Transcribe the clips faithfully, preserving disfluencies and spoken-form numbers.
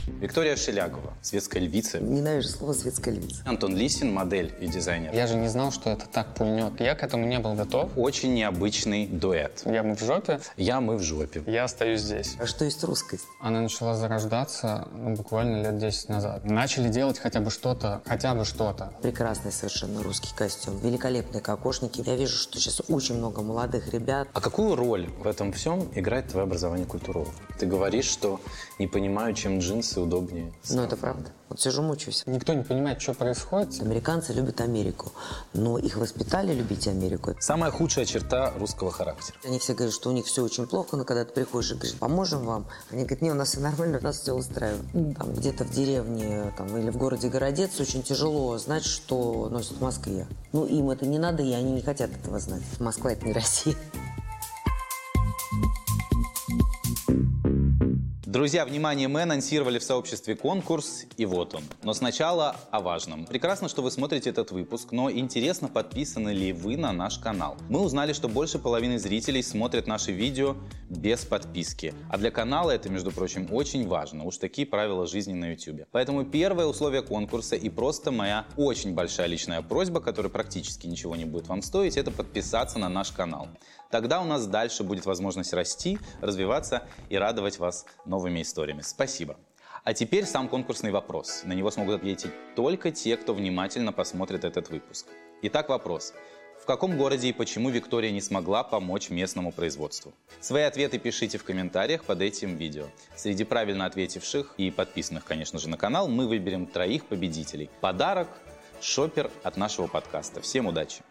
Виктория Шелягова, светская львица. Ненавижу слово «светская львица». Антон Лисин, модель и дизайнер. Я же не знал, что это так пульнет. Я к этому не был готов. Очень необычный дуэт. Я мы в жопе. Я мы в жопе. Я остаюсь здесь. А что есть русскость? Она начала зарождаться ну, буквально лет десять назад. Начали делать хотя бы что-то, хотя бы что-то. Прекрасный совершенно русский костюм. Великолепные кокошники. Я вижу, что сейчас очень много молодых ребят. А какую роль в этом всем играет твое образование культуролога? Ты говоришь, что не понимаю, чем джинсы удобнее. Ну, это правда. Вот сижу, мучаюсь. Никто не понимает, что происходит. Американцы любят Америку, но их воспитали любить Америку. Самая худшая черта русского характера. Они все говорят, что у них все очень плохо, но когда ты приходишь и говоришь, поможем вам, они говорят, не, у нас все нормально, у нас все устраивает. Там где-то в деревне там, или в городе Городец очень тяжело знать, что носят в Москве. Ну, им это не надо, и они не хотят этого знать. Москва — это не Россия. Друзья, внимание, мы анонсировали в сообществе конкурс, и вот он. Но сначала о важном. Прекрасно, что вы смотрите этот выпуск, но интересно, подписаны ли вы на наш канал. Мы узнали, что больше половины зрителей смотрят наши видео без подписки. А для канала это, между прочим, очень важно. Уж такие правила жизни на YouTube. Поэтому первое условие конкурса и просто моя очень большая личная просьба, которая практически ничего не будет вам стоить, это подписаться на наш канал. Тогда у нас дальше будет возможность расти, развиваться и радовать вас новыми историями. Спасибо. А теперь сам конкурсный вопрос. На него смогут ответить только те, кто внимательно посмотрит этот выпуск. Итак, вопрос. В каком городе и почему Виктория не смогла помочь местному производству? Свои ответы пишите в комментариях под этим видео. Среди правильно ответивших и подписанных, конечно же, на канал мы выберем троих победителей. Подарок – шопер от нашего подкаста. Всем удачи!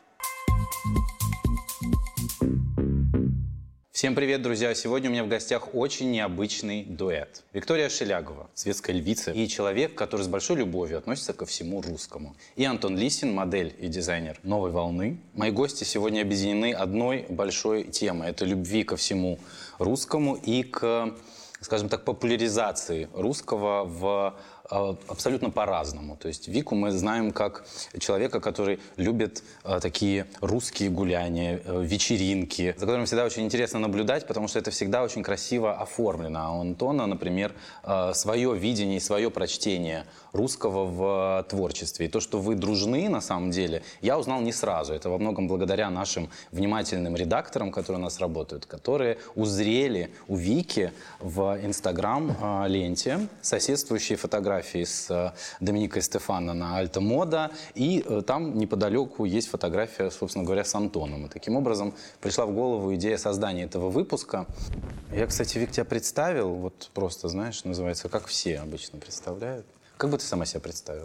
Всем привет, друзья! Сегодня у меня в гостях очень необычный дуэт. Виктория Шелягова, светская львица, и человек, который с большой любовью относится ко всему русскому. И Антон Лисин, модель и дизайнер новой волны. Мои гости сегодня объединены одной большой темой. Это любви ко всему русскому и к, скажем так, популяризации русского в абсолютно по-разному. То есть Вику мы знаем как человека, который любит э, такие русские гуляния, э, вечеринки, за которым всегда очень интересно наблюдать, потому что это всегда очень красиво оформлено. А у Антона, например, э, свое видение и свое прочтение русского в творчестве. И то, что вы дружны, на самом деле, я узнал не сразу. Это во многом благодаря нашим внимательным редакторам, которые у нас работают, которые узрели у Вики в Инстаграм-ленте соседствующие фотографии с Доминикой Стефано на Альта Мода, и там неподалеку есть фотография, собственно говоря, с Антоном. И таким образом пришла в голову идея создания этого выпуска. Я, кстати, Вик, тебя представил, вот просто, знаешь, называется, как все обычно представляют. Как бы ты сама себя представила?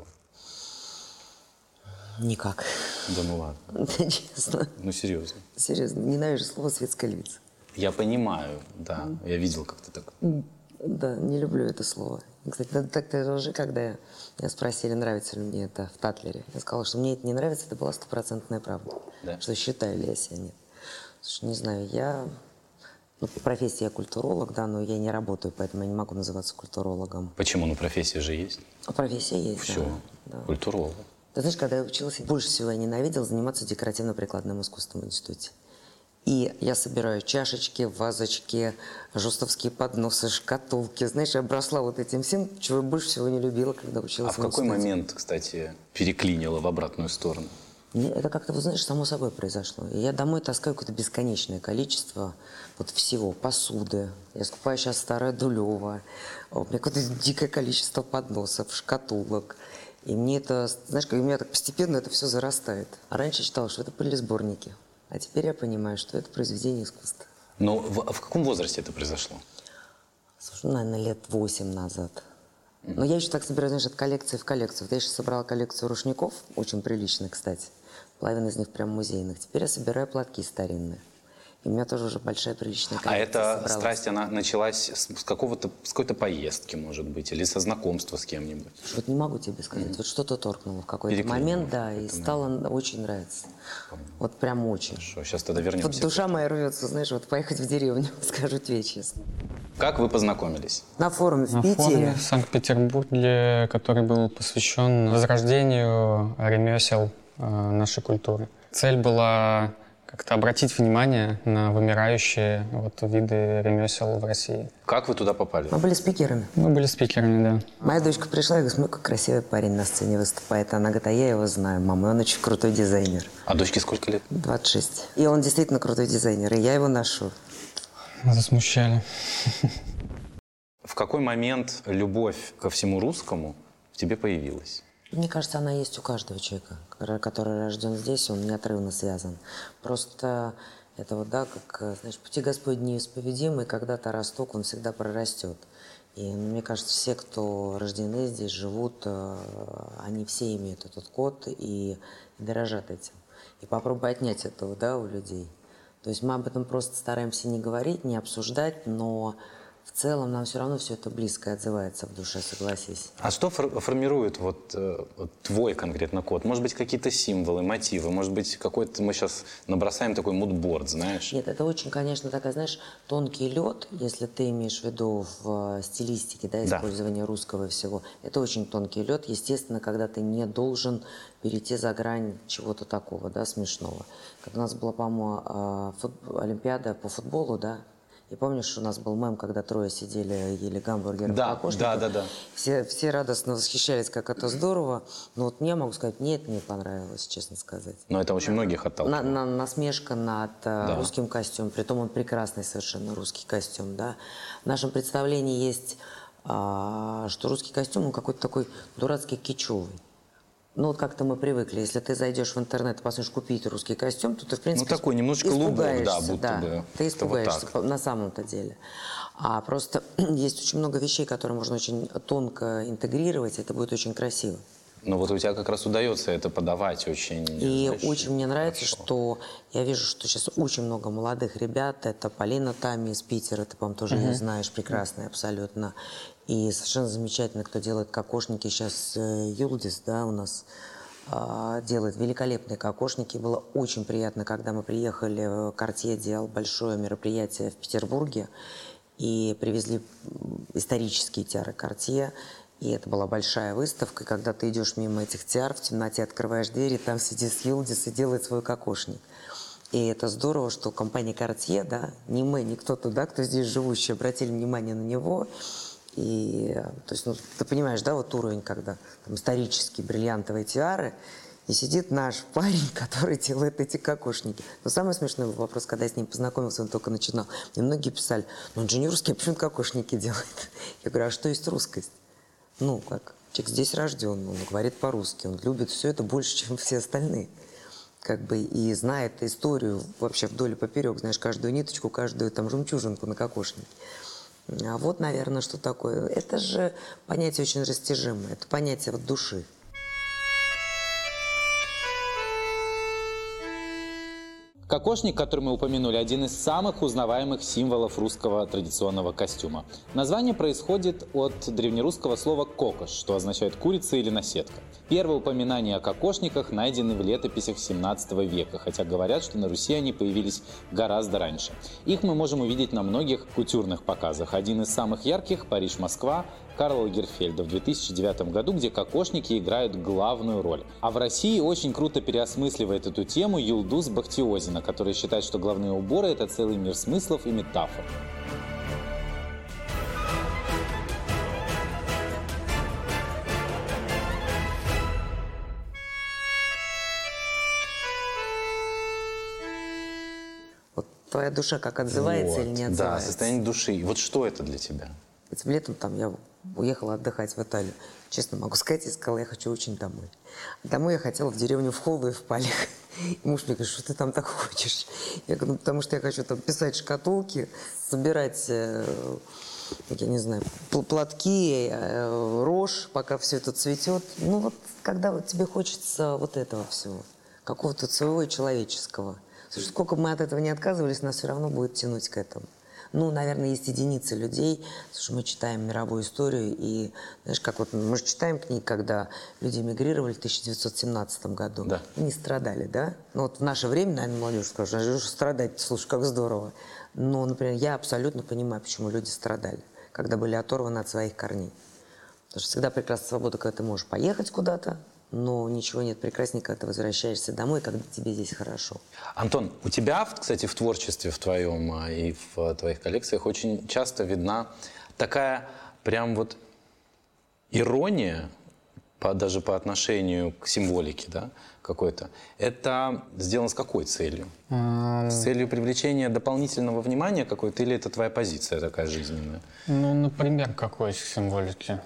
Никак. Да ну ладно. Честно. Ну серьезно. Серьезно, ненавижу слово «светская львица». Я понимаю, да. Я видел, как ты так... Да, не люблю это слово. Кстати, так-то уже, когда я, меня спросили, нравится ли мне это в Татлере, я сказала, что мне это не нравится, это была стопроцентная правда. Да. Что считаю ли я себя, нет. Слушай, не знаю, я... Ну, по профессии я культуролог, да, но я не работаю, поэтому я не могу называться культурологом. Почему? Ну, профессия же есть. А профессия есть, Все, да. культуролог. Ты знаешь, когда я училась, больше всего я ненавидела заниматься декоративно-прикладным искусством в институте. И я собираю чашечки, вазочки, жестовские подносы, шкатулки. Знаешь, я бросла вот этим всем, чего я больше всего не любила, когда училась в институте. А в какой институте. момент, кстати, переклинило в обратную сторону? Мне это как-то, вы знаешь, само собой произошло. И я домой таскаю какое-то бесконечное количество вот всего, посуды. Я скупаю сейчас старое Дулево. У меня какое-то дикое количество подносов, шкатулок. И мне это, знаешь, у меня так постепенно это все зарастает. А раньше я считала, что это пылесборники. А теперь я понимаю, что это произведение искусства. Но в, в каком возрасте это произошло? Слушай, ну, наверное, лет восемь назад. Mm-hmm. Но я еще так собираю, знаешь, от коллекции в коллекцию. Вот я сейчас собрала коллекцию рушников, очень приличных, кстати. Половина из них прям музейных. Теперь я собираю платки старинные. И у меня тоже уже большая приличная коллекция. А эта собралась. Страсть, она началась с, с какого-то, с какой-то поездки, может быть, или со знакомства с кем-нибудь? Вот не могу тебе сказать. Mm-hmm. Вот что-то торкнуло в какой-то момент, да, и стало момент. очень нравиться. Вот прям очень. Хорошо, сейчас тогда вернемся. Вот душа моя рвется, знаешь, вот поехать в деревню, скажу тебе честно. Как вы познакомились? На форуме в На Питере. форуме в Санкт-Петербурге, который был посвящен возрождению ремесел э, нашей культуры. Цель была как-то обратить внимание на вымирающие вот виды ремесел в России. Как вы туда попали? Мы были спикерами. Мы были спикерами, да. Моя дочка пришла и говорит, смотри, какой красивый парень на сцене выступает. Она говорит, а я его знаю, мама, он очень крутой дизайнер. А дочке сколько лет? двадцать шесть. И он действительно крутой дизайнер, и я его ношу. Засмущали. В какой момент любовь ко всему русскому в тебе появилась? Мне кажется, она есть у каждого человека, который, который рожден здесь, он неотрывно связан. Просто это вот, да, как, знаешь, пути Господни неисповедимы, и когда-то росток, он всегда прорастет. И ну, мне кажется, все, кто рождены здесь, живут, э, они все имеют этот код и, и дорожат этим. И попробуй отнять этого, да, у людей. То есть мы об этом просто стараемся не говорить, не обсуждать, но в целом нам все равно все это близко отзывается в душе, согласись. А что фор- формирует вот, э, вот твой конкретно код? Может быть, какие-то символы, мотивы? Может быть, какой-то мы сейчас набросаем такой мудборд, знаешь? Нет, это очень, конечно, такая, знаешь, тонкий лед, если ты имеешь в виду в стилистике, да, Да. использование русского и всего. Это очень тонкий лед, естественно, когда ты не должен перейти за грань чего-то такого, да, смешного. Когда у нас была, по-моему, а, фут- Олимпиада по футболу, да, и помнишь, у нас был мем, когда трое сидели, ели гамбургеры в Да, кокошнике? да, да, да. Все, все радостно восхищались, как это здорово. Но вот мне, могу сказать, нет, не понравилось, честно сказать. Но это очень многих На, отталкивает. на- насмешка над э, Да. русским костюмом, притом он прекрасный совершенно русский костюм, да. В нашем представлении есть, а, что русский костюм, он какой-то такой дурацкий кичевый. Ну вот как-то мы привыкли, если ты зайдешь в интернет и посмотришь купить русский костюм, то ты, в принципе, такой немножечко лубок, да, испугаешься, будто да, бы. ты Это вот испугаешься так. по- на самом-то деле. А просто есть очень много вещей, которые можно очень тонко интегрировать, это будет очень красиво. Но вот у тебя как раз удается это подавать очень... И знаешь, очень мне нравится, хорошо. что я вижу, что сейчас очень много молодых ребят. Это Полина Тами из Питера, ты, по-моему, тоже ее знаешь, прекрасная абсолютно. И совершенно замечательно, кто делает кокошники. Сейчас э, Юлдис, да, у нас а, делает великолепные кокошники. Было очень приятно, когда мы приехали, Cartier делал большое мероприятие в Петербурге и привезли м, исторические тиары Cartier. И это была большая выставка, и когда ты идешь мимо этих тиар, в темноте открываешь двери, там сидит Юлдис и делает свой кокошник. И это здорово, что компания Cartier, да, не мы, не кто-то, да, кто здесь живущий, обратили внимание на него. И, то есть, ну, ты понимаешь, да, вот уровень, когда там исторические бриллиантовые тиары, и сидит наш парень, который делает эти кокошники. Но самый смешной был вопрос, когда я с ним познакомился, он только начинал. И многие писали, ну он же не русский, а почему он кокошники делает? Я говорю, а что есть русскость? Ну, как, человек здесь рожден, он говорит по-русски, он любит все это больше, чем все остальные. Как бы и знает историю вообще вдоль и поперек, знаешь, каждую ниточку, каждую там жемчужинку на кокошнике. А вот, наверное, что такое. Это же понятие очень растяжимое, это понятие вот души. Кокошник, который мы упомянули, один из самых узнаваемых символов русского традиционного костюма. Название происходит от древнерусского слова «кокош», что означает «курица» или «наседка». Первые упоминания о кокошниках найдены в летописях семнадцатого века, хотя говорят, что на Руси они появились гораздо раньше. Их мы можем увидеть на многих кутюрных показах. Один из самых ярких – Париж-Москва, Карла Лагерфельда в две тысячи девятом году, где кокошники играют главную роль. А в России очень круто переосмысливает эту тему Юлдус Бахтиозина, который считает, что головные уборы – это целый мир смыслов и метафор. Вот твоя душа как отзывается Вот, или не да, отзывается? состояние души. И вот что это для тебя? Этим летом там я уехала отдыхать в Италию. Честно могу сказать, я сказала, я хочу очень домой. Домой я хотела в деревню в Холду и в Палех. И муж мне говорит, что ты там так хочешь? Я говорю, ну потому что я хочу там писать шкатулки, собирать, э, я не знаю, пл- платки, э, рожь, пока все это цветет. Ну вот, когда вот тебе хочется вот этого всего, какого-то своего и человеческого. Слушай, сколько бы мы от этого не отказывались, нас все равно будет тянуть к этому. Ну, наверное, есть единицы людей. Слушай, мы читаем мировую историю, и, знаешь, как вот мы же читаем книги, когда люди эмигрировали в тысяча девятьсот семнадцатом году. Да. Не страдали, да? Ну, вот в наше время, наверное, молодежь скажет, а что ж страдать, слушай, как здорово. Но, например, я абсолютно понимаю, почему люди страдали, когда были оторваны от своих корней. Потому что всегда прекрасная свобода, когда ты можешь поехать куда-то, но ничего нет прекраснее, когда ты возвращаешься домой, когда тебе здесь хорошо. Антон, у тебя, кстати, в творчестве в твоем а, и в твоих коллекциях очень часто видна такая прям вот ирония, по, даже по отношению к символике, да, какой-то. Это сделано с какой целью? Эм, С целью привлечения дополнительного внимания какой-то, или это твоя позиция такая жизненная? Ну, например, какой символики?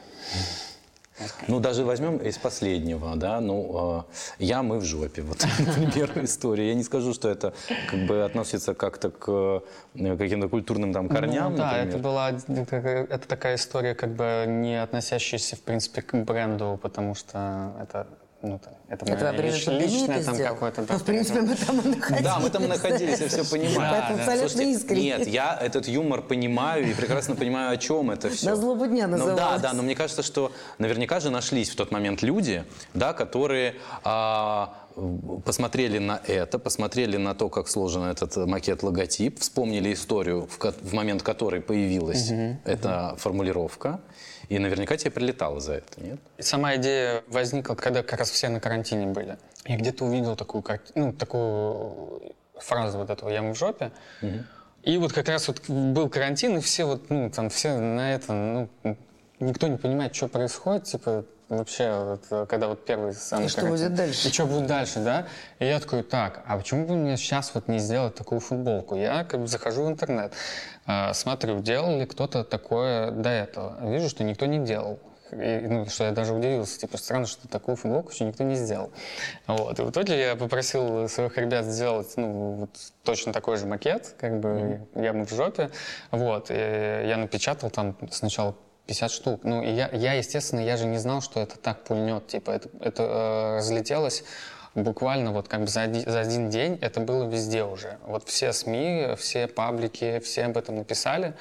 Ну, даже возьмем из последнего, да, ну, э, я, мы в жопе, вот, например, история. Я не скажу, что это как бы относится как-то к э, каким-то культурным там корням, Ну, да, например. это была это такая история, как бы не относящаяся, в принципе, к бренду, потому что это, ну, это, Это во моё время лич- пандемии личное ты там сделал? какое-то. Ну, в принципе, мы там и находились. Да, мы там находились, я все понимаю. Поэтому да. абсолютно Слушайте, искренне. нет, я этот юмор понимаю и прекрасно понимаю, о чем это все. На злобу дня Ну, да, называлось. да, но мне кажется, что наверняка же нашлись в тот момент люди, да, которые а, посмотрели на это, посмотрели на то, как сложен этот макет-логотип, вспомнили историю, в, ко- в момент которой появилась эта формулировка, и наверняка тебе прилетало за это, нет? И сама идея возникла, когда как раз все на карантине были. Я где-то увидел такую, карти- ну, такую фразу вот этого «я мы в жопе». И вот как раз вот был карантин, и все вот, ну, там, все на это, ну, никто не понимает, что происходит, типа, вообще, вот, когда вот первый самый И что карантин. будет дальше? И что будет дальше, да? И я такой, так, а почему бы мне сейчас вот не сделать такую футболку? Я как бы захожу в интернет, э, смотрю, делал ли кто-то такое до этого. Вижу, что никто не делал. И, ну, что я даже удивился, типа, странно, что такую футболку еще никто не сделал. Вот. И в итоге я попросил своих ребят сделать, ну, вот точно такой же макет, как бы, mm-hmm. я мы в жопе. Вот. И я напечатал там сначала пятьдесят штук. Ну, и я, я, естественно, я же не знал, что это так пульнет. Типа, это, это э, разлетелось буквально вот как бы за один, за один день. Это было везде уже. Вот все СМИ, все паблики, все об этом написали.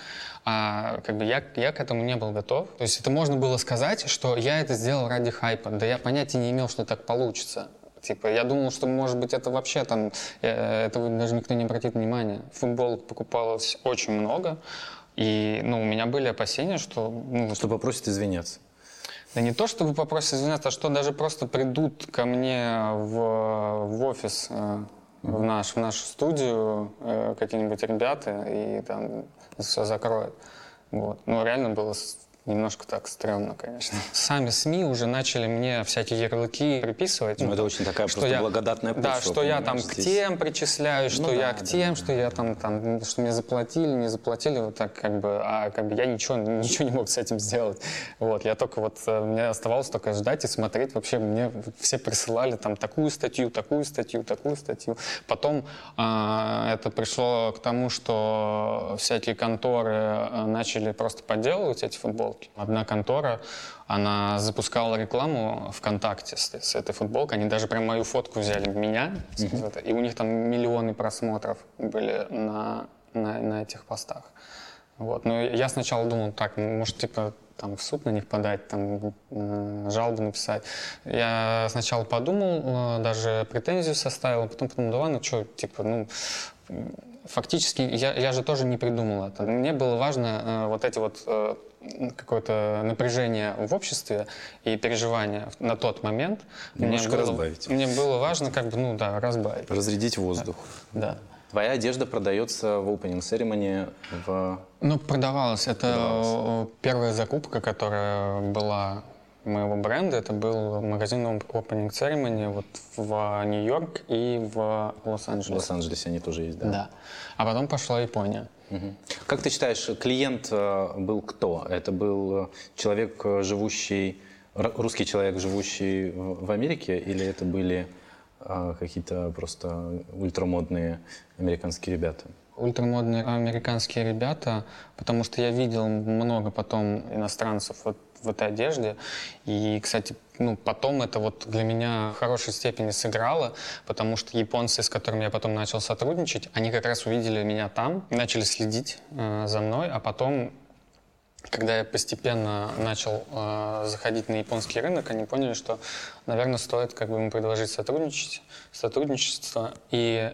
А как бы я, я к этому не был готов. То есть это можно было сказать, что я это сделал ради хайпа. Да я понятия не имел, что так получится. Типа, я думал, что, может быть, это вообще там, э, этого даже никто не обратит внимания. Футболок покупалось очень много. И, ну, у меня были опасения, что... Ну, Что попросят извиняться. Да не то, чтобы попросить извиняться, а что даже просто придут ко мне в, в офис, э, в, наш, в нашу студию э, какие-нибудь ребята и там все закроют. Вот. Ну, реально было немножко так стрёмно, конечно. Сами СМИ уже начали мне всякие ярлыки приписывать. Ну, Ну, это очень такая что просто я, благодатная почва. Да, что я там к здесь. тем причисляюсь, что Ну, я да, к да, тем, да, что я там, там, что мне заплатили, не заплатили, вот так как бы, а как бы я ничего, ничего не мог с этим сделать. Вот, я только вот, мне оставалось только ждать и смотреть. Вообще мне все присылали там такую статью, такую статью, такую статью. Потом а, это пришло к тому, что всякие конторы начали просто подделывать эти футболки. Одна контора, она запускала рекламу ВКонтакте с, с этой футболкой. Они даже прям мою фотку взяли, меня, mm-hmm. и у них там миллионы просмотров были на, на, на этих постах. Вот. Но я сначала думал, так, может, типа, там, в суд на них подать, там, жалобу написать. Я сначала подумал, даже претензию составил, а потом подумал, да ладно, что, типа, ну... Фактически, я, я же тоже не придумал это. Мне было важно э, вот эти вот э, какое-то напряжение в обществе и переживания на тот момент. Немножко мне было, разбавить. Мне было важно, как бы, ну да, разбавить. Разрядить воздух. Да. Твоя одежда продается в opening ceremony в... Ну, продавалась. Это Продавалась. Первая закупка, которая была моего бренда. Это был магазин Opening Ceremony вот в Нью-Йорк и в Лос-Анджелесе. В Лос-Анджелесе они тоже есть, да? Да. А потом пошла Япония. Угу. Как ты считаешь, клиент был кто? Это был человек, живущий, русский человек, живущий в Америке, или это были какие-то просто ультрамодные американские ребята? Ультрамодные американские ребята, потому что я видел много потом иностранцев вот в этой одежде. И, кстати, ну, потом это вот для меня в хорошей степени сыграло, потому что японцы, с которыми я потом начал сотрудничать, они как раз увидели меня там, начали следить э, за мной, а потом, когда я постепенно начал э, заходить на японский рынок, они поняли, что, наверное, стоит как бы ему предложить сотрудничать, сотрудничество и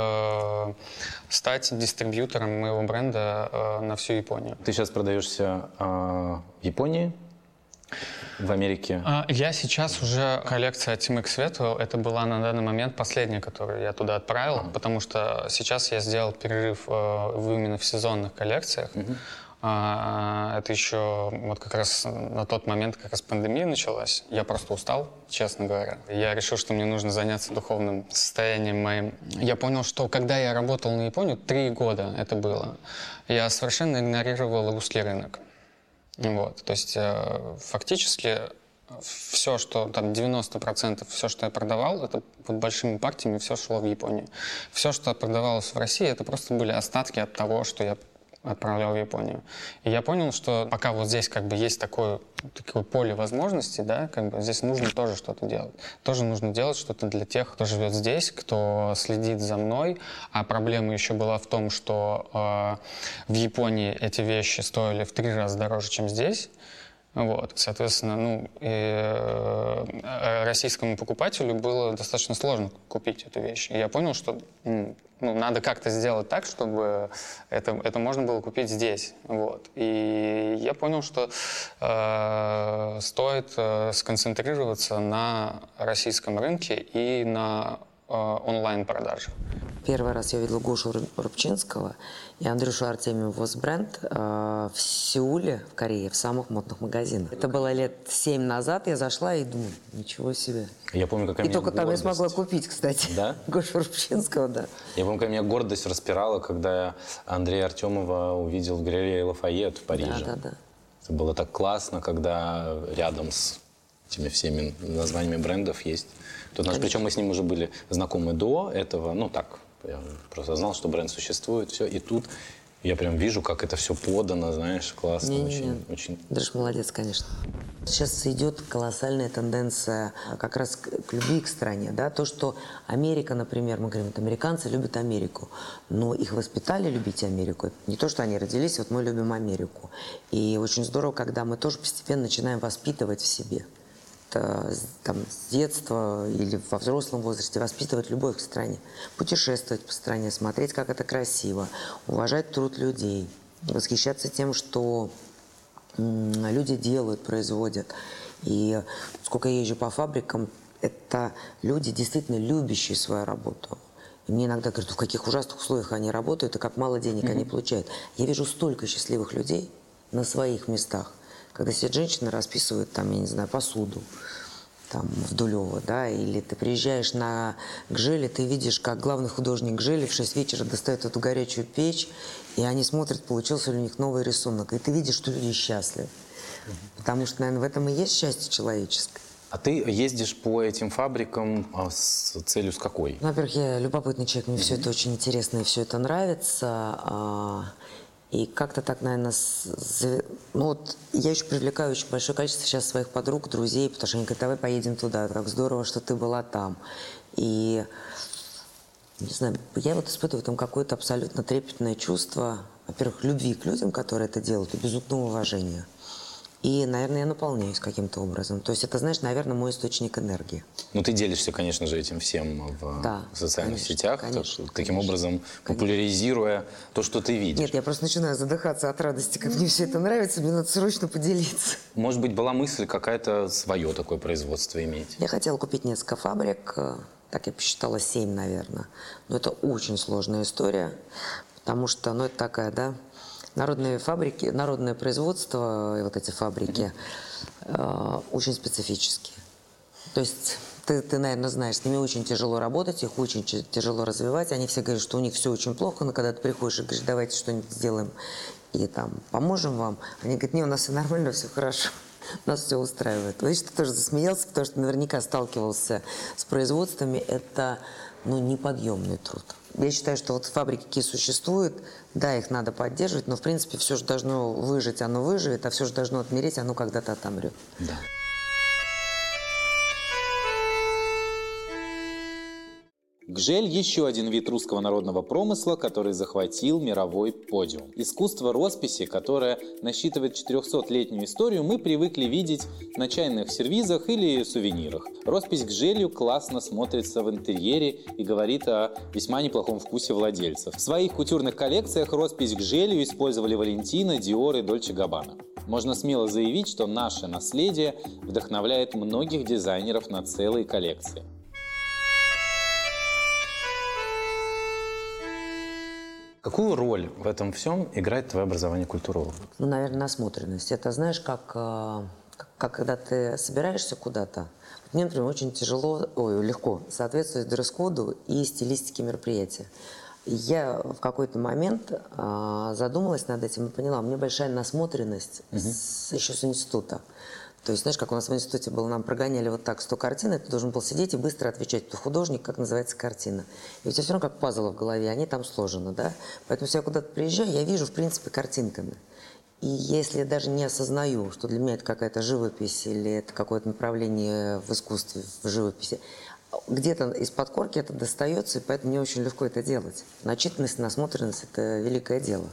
э, стать дистрибьютором моего бренда э, на всю Японию. Ты сейчас продаешься э, в Японии? в Америке? А, Я сейчас уже коллекция Team X Sweat, это была на данный момент последняя, которую я туда отправил, ага. потому что сейчас я сделал перерыв э, именно в сезонных коллекциях. Угу. А, это еще вот как раз на тот момент, как раз пандемия началась. Я просто устал, честно говоря. Я решил, что мне нужно заняться духовным состоянием моим. Я понял, что когда я работал на Японию, три года это было, я совершенно игнорировал русский рынок. Вот, то есть э, фактически все, что там девяносто процентов, все, что я продавал, это под большими партиями, все шло в Японию. Все, что продавалось в России, это просто были остатки от того, что я отправлял в Японию. И я понял, что пока вот здесь как бы есть такое, такое поле возможностей, да, как бы здесь нужно тоже что-то делать. Тоже нужно делать что-то для тех, кто живет здесь, кто следит за мной. А проблема еще была в том, что э, в Японии эти вещи стоили в три раза дороже, чем здесь. Вот, соответственно, ну, и, э, российскому покупателю было достаточно сложно купить эту вещь. И я понял, что ну, надо как-то сделать так, чтобы это, это можно было купить здесь. Вот. И я понял, что э, стоит э, сконцентрироваться на российском рынке и на э, онлайн-продажах. Первый раз я видела Гошу Рубчинского и Андрюшу Артемьева Восбренд э, в Сеуле, в Корее, в самых модных магазинах. Это было лет семь назад. Я зашла и думаю, ничего себе. Я помню, какая и меня только гордость. Там я смогла купить, кстати. Да? Гошу Рубчинского, да. Я помню, как меня гордость распирала, когда я Андрея Артемова увидел в галерее Лафайет в Париже. Да, да, да. Это было так классно, когда рядом с этими всеми названиями брендов есть. Тут наш, причем мы с ним уже были знакомы до этого, ну так, я просто знал, что бренд существует, все, и тут я прям вижу, как это все подано, знаешь, классно, не, очень, не, не. очень. Дрыш молодец, конечно. Сейчас идет колоссальная тенденция как раз к, к любви к стране, да, то, что Америка, например, мы говорим, вот американцы любят Америку, но их воспитали любить Америку, это не то, что они родились, вот мы любим Америку, и очень здорово, когда мы тоже постепенно начинаем воспитывать в себе. Там, с детства или во взрослом возрасте воспитывать любовь к стране, путешествовать по стране, смотреть, как это красиво, уважать труд людей, восхищаться тем, что м, люди делают, производят. И сколько я езжу по фабрикам, это люди, действительно любящие свою работу. И мне иногда говорят, в каких ужасных условиях они работают и как мало денег mm-hmm. они получают. Я вижу столько счастливых людей на своих местах. Когда сидят женщины, расписывают, там, я не знаю, посуду, там, в Дулево, да, или ты приезжаешь на Гжеле, ты видишь, как главный художник Гжели в шесть вечера достает эту горячую печь, и они смотрят, получился ли у них новый рисунок. И ты видишь, что люди счастливы. Угу. Потому что, наверное, в этом и есть счастье человеческое. А ты ездишь по этим фабрикам а с целью с какой? Во-первых, я любопытный человек, мне mm-hmm. все это очень интересно и все это нравится. И как-то так, наверное, ну вот я еще привлекаю очень большое количество сейчас своих подруг, друзей, потому что они говорят, давай поедем туда, как здорово, что ты была там. И, не знаю, я вот испытываю там какое-то абсолютно трепетное чувство, во-первых, любви к людям, которые это делают, и безумного уважения. И, наверное, я наполняюсь каким-то образом. То есть это, знаешь, наверное, мой источник энергии. Ну, ты делишься, конечно же, этим всем в да, социальных конечно, сетях, конечно, так, таким конечно, образом конечно. популяризируя то, что ты видишь. Нет, я просто начинаю задыхаться от радости, как мне все это нравится, мне надо срочно поделиться. Может быть, была мысль какая-то свое такое производство иметь? Я хотела купить несколько фабрик, так я посчитала, семь, наверное. Но это очень сложная история, потому что, ну, это такая, да... Народные фабрики, народное производство, вот эти фабрики, э, очень специфические. То есть ты, ты, наверное, знаешь, с ними очень тяжело работать, их очень тяжело развивать. Они все говорят, что у них все очень плохо, но когда ты приходишь и говоришь, давайте что-нибудь сделаем и там поможем вам, они говорят, не, у нас все нормально, все хорошо, нас все устраивает. Видишь, ты тоже засмеялся, потому что наверняка сталкивался с производствами. Это, ну, неподъемный труд. Я считаю, что вот фабрики какие существуют, да, их надо поддерживать, но, в принципе, все же должно выжить, оно выживет, а все же должно отмереть, оно когда-то отомрет. Да. Гжель – еще один вид русского народного промысла, который захватил мировой подиум. Искусство росписи, которое насчитывает четырехсотлетнюю историю, мы привыкли видеть на чайных сервизах или сувенирах. Роспись гжелью классно смотрится в интерьере и говорит о весьма неплохом вкусе владельцев. В своих кутюрных коллекциях роспись гжелью использовали Валентино, Диор и Дольче Габбана. Можно смело заявить, что наше наследие вдохновляет многих дизайнеров на целые коллекции. Какую роль в этом всем играет твое образование культуролога? Ну, наверное, насмотренность. Это, знаешь, как, э, как, как когда ты собираешься куда-то. Мне, например, очень тяжело, ой, легко соответствовать дресс-коду и стилистике мероприятия. Я в какой-то момент э, задумалась над этим и поняла, у меня большая насмотренность угу. с, еще с института. То есть, знаешь, как у нас в институте было, нам прогоняли вот так сто картин, и ты должен был сидеть и быстро отвечать, кто художник, как называется картина. И у тебя все равно как пазлы в голове, они там сложены, да? Поэтому, если я куда-то приезжаю, я вижу, в принципе, картинками. И если я даже не осознаю, что для меня это какая-то живопись или это какое-то направление в искусстве, в живописи, где-то из-под корки это достается, и поэтому мне очень легко это делать. Начитанность, насмотренность – это великое дело.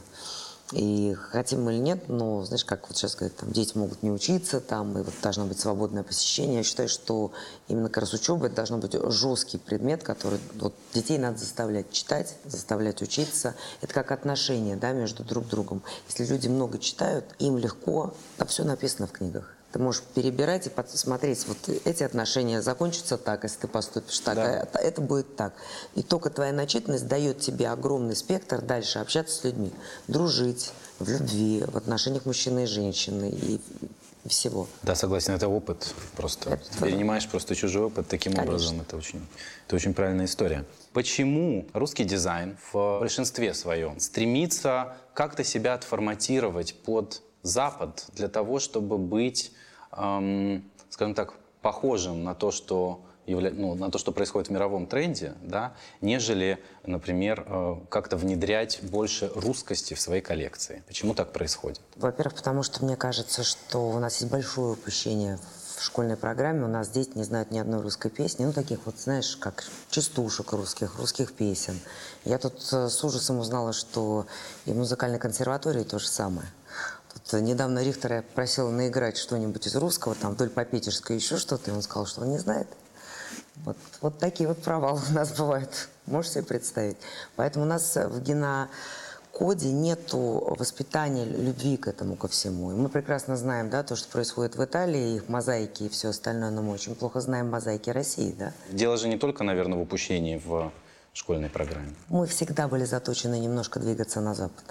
И хотим мы или нет, но, знаешь, как вот сейчас говорят, там, дети могут не учиться, там, и вот должно быть свободное посещение. Я считаю, что именно как раз учеба – это должен быть жесткий предмет, который вот, детей надо заставлять читать, заставлять учиться. Это как отношения, да, между друг другом. Если люди много читают, им легко, там все написано в книгах. Ты можешь перебирать и посмотреть, вот эти отношения закончатся так, если ты поступишь так, да. а это будет так. И только твоя начитанность дает тебе огромный спектр дальше общаться с людьми, дружить в любви, в отношениях мужчины и женщины и всего. Да, согласен, это опыт просто. Это... Ты перенимаешь просто чужой опыт таким Конечно. образом. Это очень, это очень правильная история. Почему русский дизайн в большинстве своем стремится как-то себя отформатировать под Запад для того, чтобы быть, эм, скажем так, похожим на то, что явля... ну, на то, что происходит в мировом тренде, да, нежели, например, э, как-то внедрять больше русскости в свои коллекции? Почему так происходит? Во-первых, потому что мне кажется, что у нас есть большое упущение в школьной программе. У нас дети не знают ни одной русской песни, ну, таких вот, знаешь, как частушек русских, русских песен. Я тут с ужасом узнала, что и в музыкальной консерватории то же самое. Тут недавно Рихтера я просила наиграть что-нибудь из русского, там, вдоль по-питерской, еще что-то, и он сказал, что он не знает. Вот, вот такие вот провалы у нас бывают, можешь себе представить. Поэтому у нас в генокоде нету воспитания любви к этому, ко всему. И мы прекрасно знаем, да, то, что происходит в Италии, их мозаики и все остальное, но мы очень плохо знаем мозаики России, да. Дело же не только, наверное, в упущении в школьной программе. Мы всегда были заточены немножко двигаться на Запад.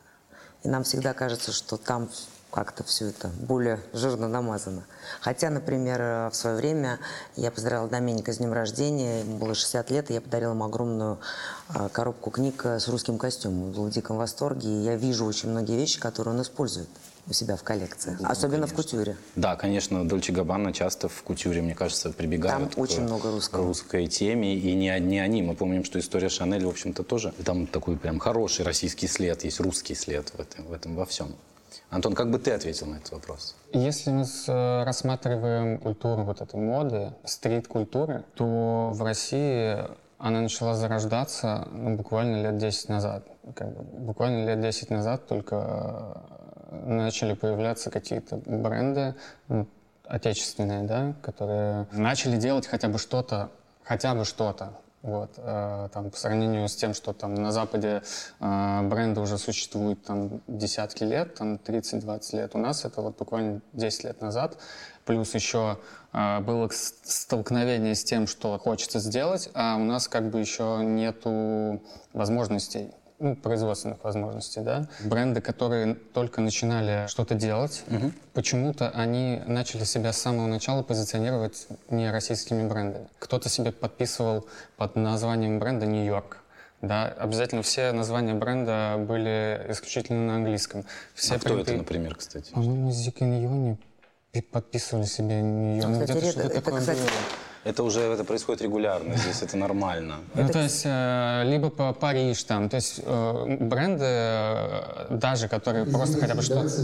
И нам всегда кажется, что там как-то все это более жирно намазано. Хотя, например, в свое время я поздравила Доменика с днем рождения, ему было шестьдесят лет, и я подарила ему огромную коробку книг с русским костюмом. Он был в диком восторге, и я вижу очень многие вещи, которые он использует у себя в коллекциях, ну, особенно конечно. в кутюре. Да, конечно, Дольче Габбана часто в кутюре, мне кажется, прибегают там к, очень много русского. к русской теме, и не одни они. Мы помним, что история Шанель, в общем-то, тоже. Там такой прям хороший российский след, есть русский след в этом, в этом во всем. Антон, как бы ты ответил на этот вопрос? Если мы с, рассматриваем культуру вот этой моды, стрит-культуры, то в России она начала зарождаться ну, буквально лет десять назад. Как бы, буквально лет десять назад только начали появляться какие-то бренды ну, отечественные, да, которые начали делать хотя бы что-то, хотя бы что-то. Вот, э, там, по сравнению с тем, что там на Западе э, бренды уже существуют там десятки лет, там тридцать-двадцать лет, у нас это вот буквально десять лет назад. Плюс еще э, было столкновение с тем, что хочется сделать, а у нас как бы еще нету возможностей. Ну, производственных возможностей, да. Бренды, которые только начинали что-то делать, угу. почему-то они начали себя с самого начала позиционировать не российскими брендами. Кто-то себе подписывал под названием бренда «Нью-Йорк». Да, обязательно все названия бренда были исключительно на английском. Все а кто принты... это, например, кстати? По-моему, Зикиньони подписывали себе «Нью-Йорк». Ну, кстати, это, это, это, кстати... Это уже это происходит регулярно, здесь это нормально. Ну, то есть, э, либо по Париж там, то есть э, бренды, э, даже которые просто хотя бы что-то...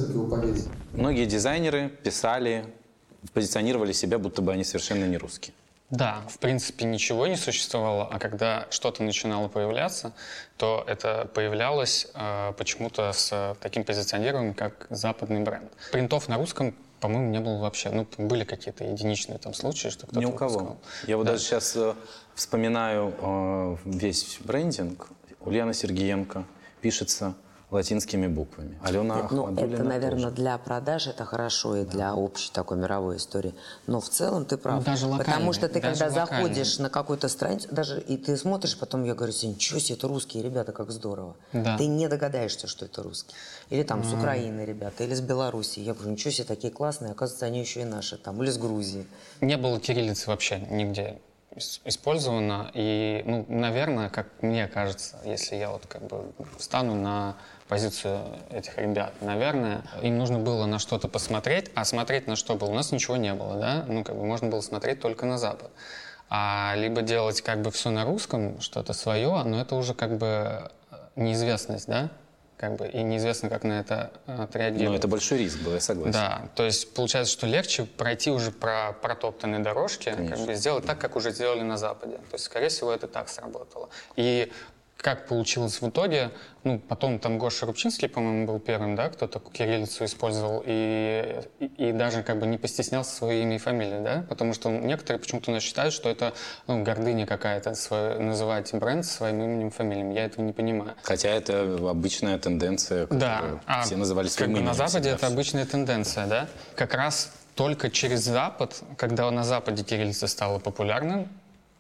Многие дизайнеры писали, позиционировали себя, будто бы они совершенно не русские. Да, в принципе, ничего не существовало, а когда что-то начинало появляться, то это появлялось э, почему-то с таким позиционированием, как западный бренд. Принтов на русском, по-моему, не было вообще. Ну, были какие-то единичные там случаи, что кто-то Ни у кого. выпускал. Я вот да. даже сейчас э, вспоминаю э, весь брендинг. Ульяна Сергеенко пишется латинскими буквами. Алена Ну, Ахмадуллина это, наверное, тоже. для продаж это хорошо и для общей такой мировой истории. Но в целом ты прав. Ну, даже Потому локальные, что ты, даже когда локальные. заходишь на какую-то страницу, даже и ты смотришь, потом я говорю себе, ничего себе, это русские ребята, как здорово. Да. Ты не догадаешься, что это русские. Или там с Украины ребята, или с Белоруссии. Я говорю, ничего себе, такие классные, оказывается, они еще и наши там, или с Грузии. Не было кириллицы вообще нигде ис- использовано. И, ну, наверное, как мне кажется, если я вот как бы встану на позицию этих ребят, наверное, им нужно было на что-то посмотреть, а смотреть на что было? У нас ничего не было, да? Ну, как бы можно было смотреть только на Запад. А либо делать как бы все на русском, что-то свое, но это уже как бы неизвестность, да? Как бы, и неизвестно, как на это э, отреагировать. Но это большой риск был, я согласен. Да, то есть получается, что легче пройти уже про протоптанные дорожки, как бы сделать так, как уже сделали на Западе. То есть, скорее всего, это так сработало. И как получилось в итоге, ну, потом там Гоша Рубчинский, по-моему, был первым, да, кто такую кириллицу использовал и, и, и даже как бы не постеснялся свое имя и фамилию, да, потому что некоторые почему-то у нас считают, что это, ну, гордыня какая-то, свой, называть бренд своим именем и фамилией. Я этого не понимаю. Хотя это обычная тенденция, Да, которую а все называли как своим бы именем на Западе всегда. это обычная тенденция, да? Как раз только через Запад, когда на Западе кириллица стала популярным,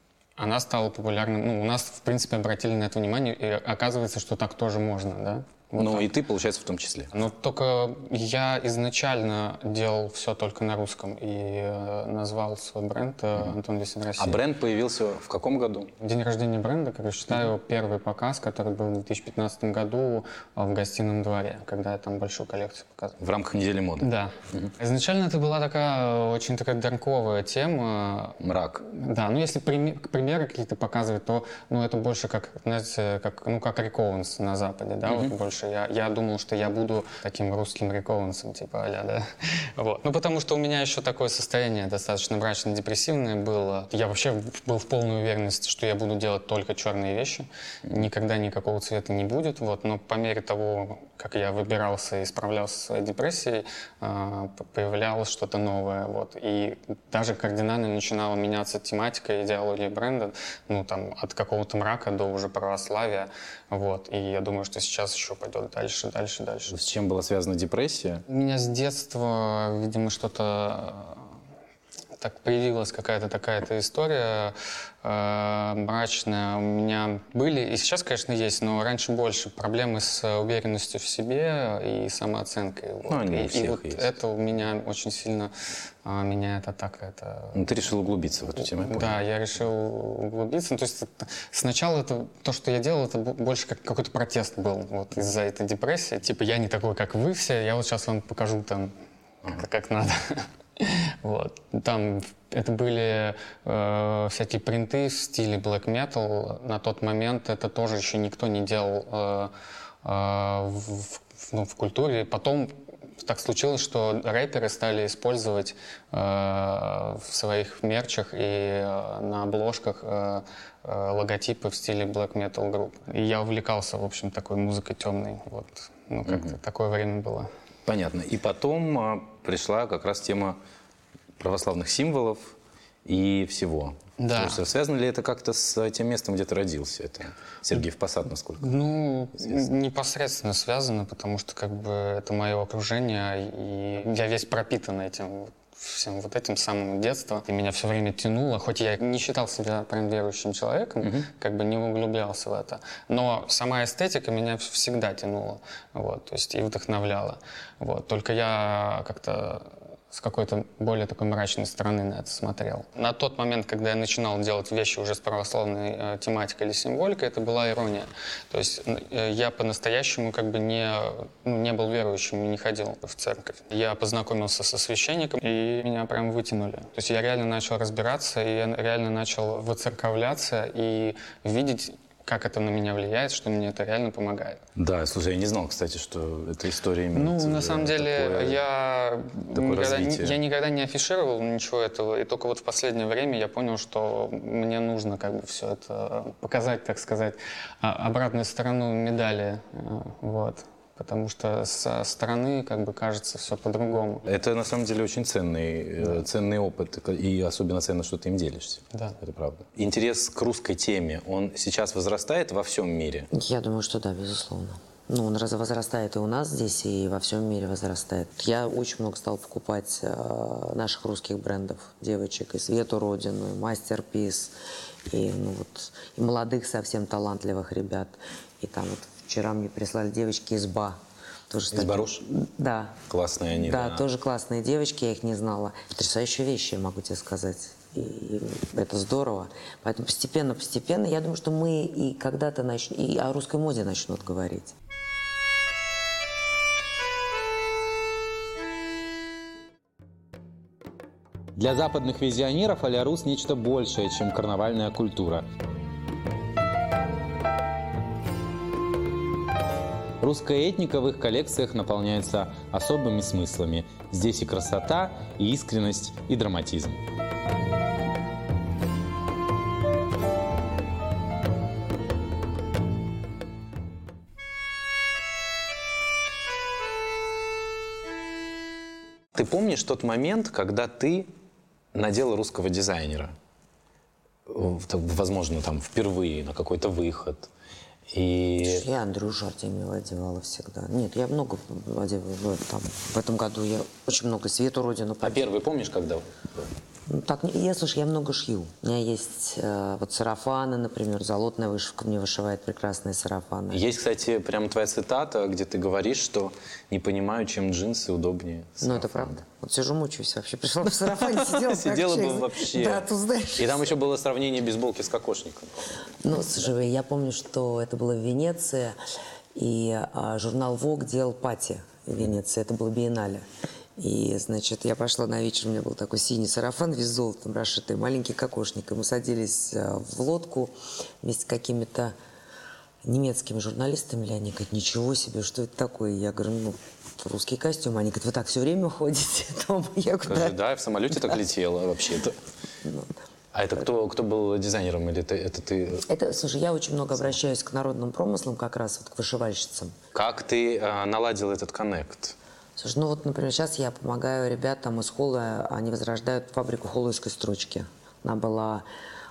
она стала популярным. Ну, у нас, в принципе, обратили на это внимание, и оказывается, что так тоже можно, да? Вот Ну так. и ты, получается, в том числе. Но только я изначально делал все только на русском и э, назвал свой бренд э, Антон Лисин Россия. А бренд появился в каком году? День рождения бренда, как я считаю, первый показ, который был в две тысячи пятнадцатом году э, в гостином дворе, когда я там большую коллекцию показывал. В рамках недели моды? Да. Изначально это была такая э, очень такая дарковая тема. Мрак. Да, ну если прими- примеры какие-то показывать, то ну, это больше как, знаете, как, ну, как Рик Оуэнс на Западе, да, вот больше. Я, я думал, что я буду таким русским Рик Оуэнсом, типа а-ля, да. Вот. Ну, потому что у меня еще такое состояние достаточно мрачно-депрессивное было. Я вообще был в полной уверенности, что я буду делать только черные вещи. Никогда никакого цвета не будет. Вот. Но по мере того, как я выбирался и справлялся со своей депрессией, э, появлялось что-то новое. Вот. И даже кардинально начинала меняться тематика, идеология бренда, ну, там, от какого-то мрака до уже православия. Вот. И я думаю, что сейчас еще пойдет дальше, дальше, дальше. С чем была связана депрессия? У меня с детства, видимо, что-то э, так привилась какая-то такая-то история э, мрачная. У меня были, и сейчас, конечно, есть, но раньше больше проблемы с уверенностью в себе и самооценкой. Вот. Ну, они у и, всех и вот есть. это у меня очень сильно, э, меня это так, это... Ну, ты решил углубиться в эту тему, я понял. Да, я решил углубиться. Ну, то есть это- сначала это, то, что я делал, это бо- больше как какой-то протест был вот, из-за этой депрессии. Типа, я не такой, как вы все, я вот сейчас вам покажу там, как, как надо. Вот. Там это были э, всякие принты в стиле black metal. На тот момент это тоже еще никто не делал э, э, в, в- ну, в культуре. Потом так случилось, что рэперы стали использовать э, в своих мерчах и э, на обложках э, э, логотипы в стиле black metal групп. И я увлекался, в общем, такой музыкой темной. Вот. Ну, как-то такое время было. Понятно. И потом а, пришла как раз тема православных символов и всего. Да. Слушай, связано ли это как-то с тем местом, где ты родился? Это Сергиев Посад, насколько? Ну, непосредственно связано, потому что как бы это мое окружение, и я весь пропитан этим всем вот этим с самого детства. И меня все время тянуло, хоть я не считал себя прям верующим человеком, mm-hmm. как бы не углублялся в это. Но сама эстетика меня всегда тянула, вот, то есть и вдохновляла. Вот. Только я как-то с какой-то более такой мрачной стороны на это смотрел. На тот момент, когда я начинал делать вещи уже с православной э, тематикой или символикой, это была ирония. То есть э, я по-настоящему как бы не, ну, не был верующим и не ходил в церковь. Я познакомился со священником, и меня прям вытянули. То есть я реально начал разбираться, и я реально начал выцерковляться и видеть, как это на меня влияет, что мне это реально помогает. Да, слушай, я не знал, кстати, что эта история имеет. Ну, на самом деле, такое, я, такое никогда, развитие. я никогда не афишировал ничего этого, и только вот в последнее время я понял, что мне нужно как бы все это показать, так сказать, обратную сторону медали, вот. Потому что со стороны как бы кажется все по-другому. Это на самом деле очень ценный, да. ценный опыт, и особенно ценно, что ты им делишься. Да. Это правда. Интерес к русской теме, он сейчас возрастает во всем мире? Я думаю, что да, безусловно. Ну, он раз- возрастает и у нас здесь, и во всем мире возрастает. Я очень много стал покупать э, наших русских брендов, девочек, и Свету Родину, и Мастерпис, и, ну, вот, и молодых совсем талантливых ребят. И там вот вчера мне прислали девочки из БА. Тоже, Из Баруш? Да. Классные они, Да, да. тоже классные девочки, я их не знала. Потрясающие вещи, я могу тебе сказать. И, и это здорово. Поэтому постепенно, постепенно, я думаю, что мы и когда-то начнем, и о русской моде начнут говорить. Для западных визионеров а-ля Рус нечто большее, чем карнавальная культура. Русская этника в их коллекциях наполняется особыми смыслами. Здесь и красота, и искренность, и драматизм. Ты помнишь тот момент, когда ты надела русского дизайнера? Возможно, там впервые на какой-то выход. И... Я Андрюшу Артемьева одевала всегда. Нет, я много одевала. Там, в этом году я очень много Свету Родину. А первый помнишь, когда? Ну, так, я, слушай, я много шью. У меня есть э, вот сарафаны, например, Золотная вышивка мне вышивает прекрасные сарафаны. Есть, кстати, прям твоя цитата, где ты говоришь, что не понимаю, чем джинсы удобнее сарафана. Ну, это правда. Вот сижу, мучаюсь вообще. Пришла в сарафане, сидела. Сидела бы вообще. Да, ты знаешь. И там еще было сравнение бейсболки с кокошником. Ну, слушай, я помню, что это было в Венеции, и а, журнал Vogue делал пати в Венеции. Это было биеннале. И, значит, я пошла на вечер, у меня был такой синий сарафан, весь золотом расшитый, маленький кокошник. И мы садились а, в лодку вместе с какими-то немецкими журналистами. И они говорят, ничего себе, что это такое? Я говорю, ну, русский костюм. Они говорят, вы так все время ходите дома? Я говорю, Скажи, да. да, я в самолете так летела вообще-то. Ну, А это кто, кто был дизайнером? Или это, это ты? это, слушай, я очень много обращаюсь к народным промыслам, как раз вот к вышивальщицам. Как ты а, наладил этот коннект? Слушай, ну вот, например, сейчас я помогаю ребятам из Холла, они возрождают фабрику холловской строчки. Она была,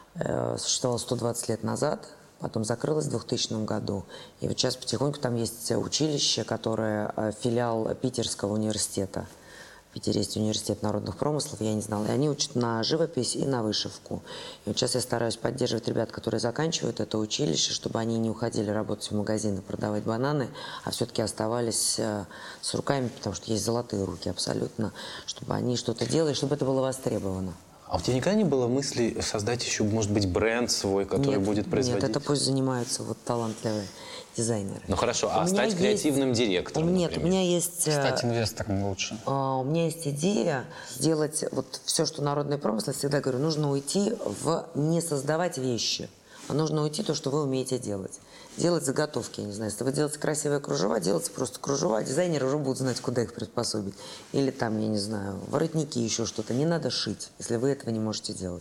э, существовала сто двадцать лет назад, потом закрылась в двухтысячном году. И вот сейчас потихоньку там есть училище, которое э, филиал Питерского университета. В Питере есть университет народных промыслов, я не знала. И они учат на живопись и на вышивку. И вот сейчас я стараюсь поддерживать ребят, которые заканчивают это училище, чтобы они не уходили работать в магазины, продавать бананы, а все-таки оставались э, с руками, потому что есть золотые руки абсолютно, чтобы они что-то делали, чтобы это было востребовано. А у тебя никогда не было мысли создать еще, может быть, бренд свой, который Нет, будет производить? Нет, это пусть занимаются вот талантливые дизайнеры. Ну хорошо, а У меня стать есть- креативным директором, Нет, например? у меня есть... э, Стать инвестором лучше. А, У меня есть идея сделать вот все, что народные промыслы, всегда говорю, нужно уйти в не создавать вещи, а нужно уйти то, что вы умеете делать. Делать заготовки, я не знаю, если вы делаете красивые кружева, делайте просто кружева, дизайнеры уже будут знать, куда их приспособить. Или там, я не знаю, воротники, еще что-то. Не надо шить, если вы этого не можете делать.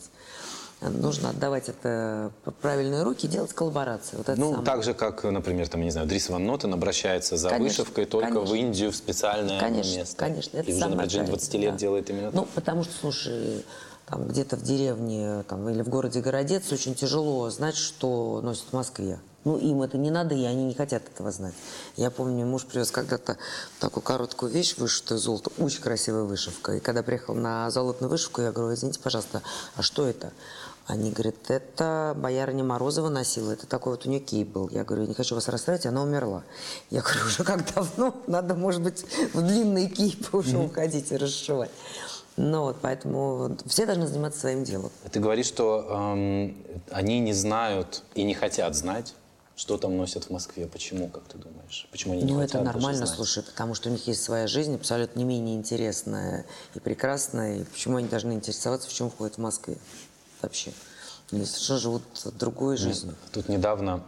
Нужно отдавать это в правильные руки и делать коллаборации. Вот это Ну, самое. так же, как, например, там, я не знаю, Дрис Ван Нотен обращается за Конечно, вышивкой только конечно. в Индию, в специальное Конечно, место. конечно, это И уже самое на протяжении правильное, двадцати лет да. делает именно Ну, так. потому что, слушай, там где-то в деревне там, или в городе Городец очень тяжело знать, что носят в Москве. Ну, им это не надо, и они не хотят этого знать. Я помню, муж привез когда-то такую короткую вещь, вышитую золото, очень красивая вышивка. И когда приехал на золотную вышивку, я говорю, извините, пожалуйста, а что это? Они говорят, это боярыня Морозова носила, это такой вот у нее кейп был. Я говорю, я не хочу вас расстраивать, она умерла. Я говорю, уже как давно, надо, может быть, в длинные кейпы уже уходить и расшивать. Ну вот, поэтому все должны заниматься своим делом. Ты говоришь, что эм, они не знают и не хотят знать, что там носят в Москве. Почему, как ты думаешь? Почему они не Ну, хотят это даже нормально, знать? слушай, потому что у них есть своя жизнь, абсолютно не менее интересная и прекрасная. И почему они должны интересоваться, в чем ходят в Москве вообще? Они совершенно живут другой жизнью. Тут недавно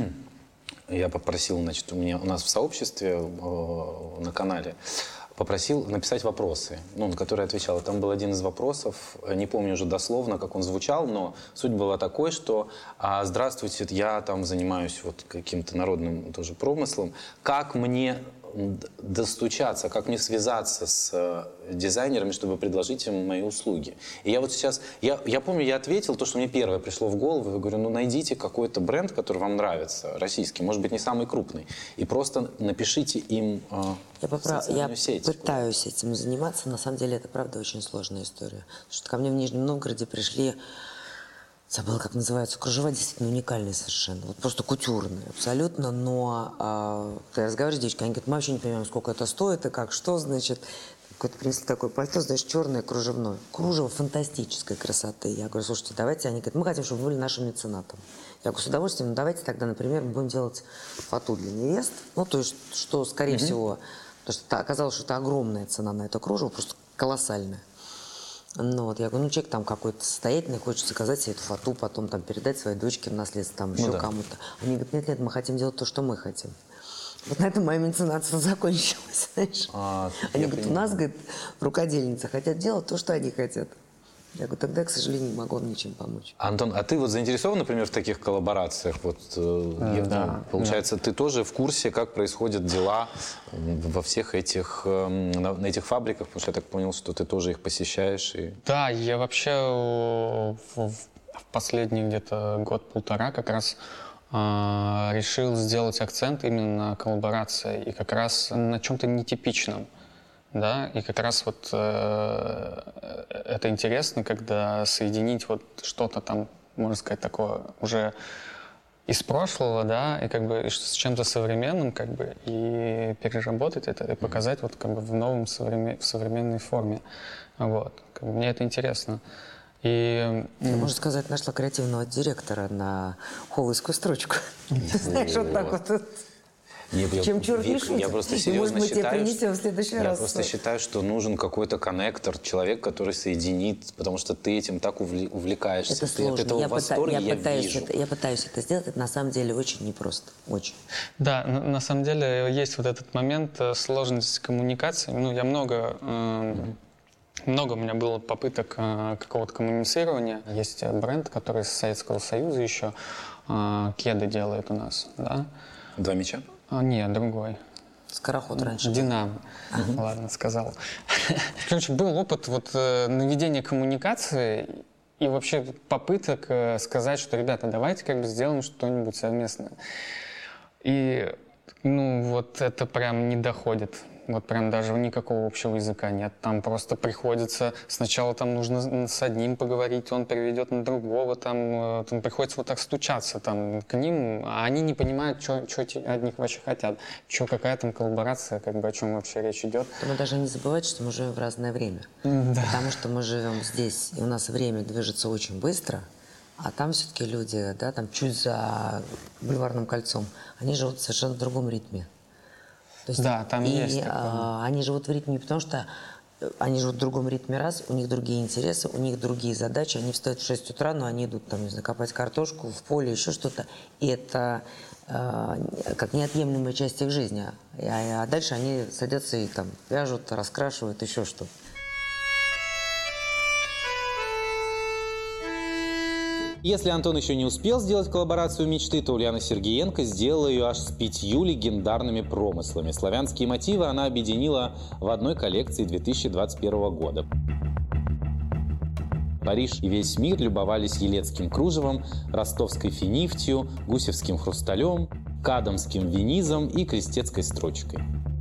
я попросил, значит, у меня у нас в сообществе э, на канале попросил написать вопросы, ну, на которые я отвечал. И там был один из вопросов, не помню уже дословно, как он звучал, но суть была такой, что а, «Здравствуйте, я там занимаюсь вот каким-то народным тоже промыслом. Как мне достучаться, как мне связаться с э, дизайнерами, чтобы предложить им мои услуги. И я вот сейчас, я, я помню, я ответил то, что мне первое пришло в голову. Я говорю, ну найдите какой-то бренд, который вам нравится, российский, может быть, не самый крупный, и просто напишите им э, Я, поправ... я сеть. пытаюсь этим заниматься. На самом деле это, правда, очень сложная история. Потому что ко мне в Нижнем Новгороде пришли, забыла, как называется, кружева действительно уникальные совершенно. Вот просто кутюрные абсолютно. Но а, когда я разговариваю с девочкой, они говорят, мы вообще не понимаем, сколько это стоит и как, что, значит. Какое-то принесли такое пальто, знаешь, черное, кружевное. Кружево фантастической красоты. Я говорю, слушайте, давайте. Они говорят, мы хотим, чтобы вы были нашим меценатом. Я говорю, с удовольствием, ну давайте тогда, например, мы будем делать фату для невест. Ну, то есть, что, скорее mm-hmm. всего, потому что это, оказалось, что это огромная цена на это кружево, просто колоссальная. Ну, вот, я говорю, ну, человек там какой-то состоятельный, хочет заказать себе эту фату, потом там передать своей дочке в наследство, там еще ну, да. кому-то. Они говорят, нет, нет, мы хотим делать то, что мы хотим. Вот на этом моя меценатство закончилась, знаешь. А, они говорят, у нас, говорит, рукодельницы хотят делать то, что они хотят. Я говорю, тогда, к сожалению, не могу вам ничем помочь. Антон, а ты вот заинтересован, например, в таких коллаборациях? Вот, э, да, получается, да. Ты тоже в курсе, как происходят дела во всех этих, э, на, на этих фабриках? Потому что я так понял, что ты тоже их посещаешь. И... Да, я вообще в, в последний где-то год-полтора как раз э, решил сделать акцент именно на коллаборации и как раз на чем-то нетипичном. Да, и как раз вот э, это интересно, когда соединить вот что-то там, можно сказать, такое уже из прошлого, да, и как бы с чем-то современным, как бы, и переработать это, и показать вот как бы в новом современ... в современной форме. Вот. Как бы мне это интересно. И... Я, можно сказать, нашла креативного директора на холловскую строчку. Знаешь, вот так вот. Нет, Чем я, черт не шутит. Я просто серьезно мы считаю, что, в следующий я раз. просто считаю, что нужен какой-то коннектор, человек, который соединит, потому что ты этим так увлекаешься. Это ты сложно. От этого я, в восторге, пыта... я, я, пытаюсь вижу. это, я пытаюсь это сделать. Это на самом деле очень непросто. Очень. Да, на, на самом деле есть вот этот момент сложности коммуникации. Ну, я много... Э, mm-hmm. Много у меня было попыток э, какого-то коммуницирования. Есть бренд, который из Советского Союза еще э, кеды делает у нас, да? Два мяча? А, нет, другой. Скороход раньше. Динамо. Ага. Ладно, сказал. Короче, был опыт вот, э, наведения коммуникации и вообще попыток э, сказать, что, ребята, давайте как бы сделаем что-нибудь совместное. И, ну, вот это прям не доходит. Вот прям даже никакого общего языка нет. Там просто приходится... Сначала там нужно с одним поговорить, он переведет на другого. Там, там приходится вот так стучаться там, к ним, а они не понимают, что от них вообще хотят. Что, какая там коллаборация, как бы о чем вообще речь идет. Мы должны не забывать, что мы живем в разное время. Да. Потому что мы живем здесь, и у нас время движется очень быстро, а там все-таки люди, да, там чуть за Бульварным кольцом, они живут в совершенно другом ритме. То есть, да, там и, есть такое. А, они живут в ритме, потому что они живут в другом ритме раз, у них другие интересы, у них другие задачи. Они встают в шесть утра, но они идут, там, не знаю, копать картошку в поле, еще что-то. И это а, как неотъемлемая часть их жизни. А, а дальше они садятся и там вяжут, раскрашивают, еще что-то. Если Антон еще не успел сделать коллаборацию мечты, то Ульяна Сергеенко сделала ее аж с пятью легендарными промыслами. Славянские мотивы она объединила в одной коллекции две тысячи двадцать первого года. Париж и весь мир любовались елецким кружевом, ростовской финифтью, гусевским хрусталем, кадамским винизом и крестецкой строчкой.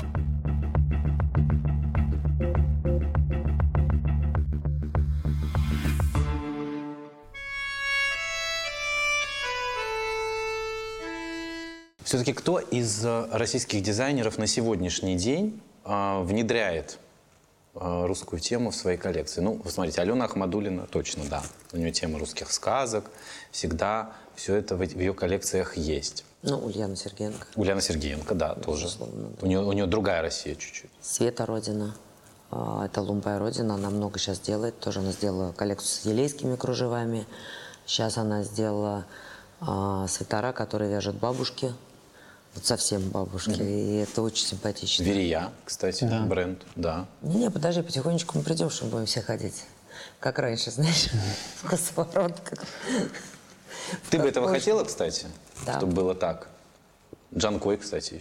Все-таки кто из российских дизайнеров на сегодняшний день э, внедряет э, русскую тему в свои коллекции? Ну, вы смотрите, Алена Ахмадуллина точно, да. У нее тема русских сказок. Всегда все это в, в ее коллекциях есть. Ну, Ульяна Сергеенко. Ульяна Сергеенко, да, тоже. Да. У, нее, у нее другая Россия чуть-чуть. Света Родина. Это Лумбая Родина. Она много сейчас делает. Тоже она сделала коллекцию с елейскими кружевами. Сейчас она сделала э, свитера, которые вяжут бабушки. Вот совсем бабушки. Mm-hmm. И это очень симпатично. Верия, кстати, да. Бренд, да. Не-не, подожди, потихонечку мы придем, чтобы будем все ходить. Как раньше, знаешь, в косоворотках. Ты бы этого хотела, кстати? Да. Чтобы было так? Джанкой, кстати, еще.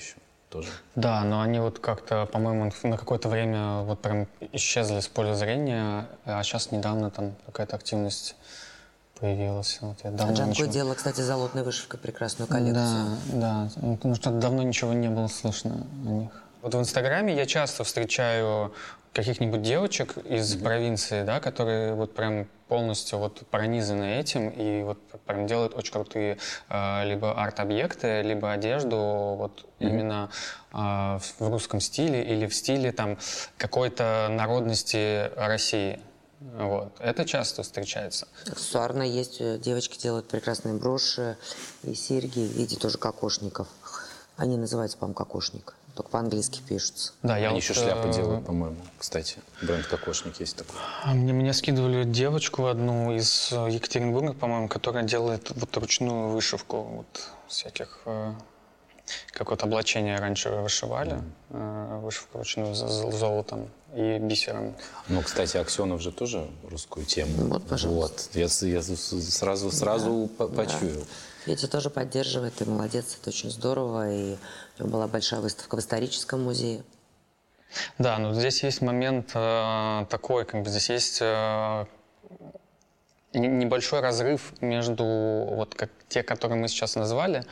тоже. Да, но они вот как-то, по-моему, на какое-то время вот прям исчезли с поля зрения, а сейчас недавно там какая-то активность появилась. Вот я давно А Джанко ничего... делала, кстати, золотной вышивкой прекрасную коллекцию. Да, да. Ну, что-то давно ничего не было слышно о них. Вот в Инстаграме я часто встречаю каких-нибудь девочек из mm-hmm. провинции, да, которые вот прям полностью вот пронизаны этим и вот прям делают очень крутые э, либо арт-объекты, либо одежду вот mm-hmm. именно э, в русском стиле или в стиле там какой-то народности России. Вот. Это часто встречается. Аксессуарно есть. Девочки делают прекрасные броши и серьги в виде тоже кокошников. Они называются, по-моему, кокошник. Только по-английски пишутся. Да, я Они вот, еще шляпы э... делают, по-моему, кстати. Бренд кокошник есть такой. Мне, мне скидывали девочку одну из Екатеринбурга, по-моему, которая делает вот ручную вышивку вот всяких... Э... Как вот облачение раньше вышивали, mm. вышивку ручную золотом и бисером. Ну, кстати, Аксенов же тоже русскую тему. Вот, пожалуйста. Вот. Я, я сразу, сразу да, почуял. Да. Петя тоже поддерживает, и молодец, это очень здорово. И у него была большая выставка в историческом музее. Да, но здесь есть момент э, такой, как бы здесь есть э, небольшой разрыв между вот как те, которые мы сейчас назвали,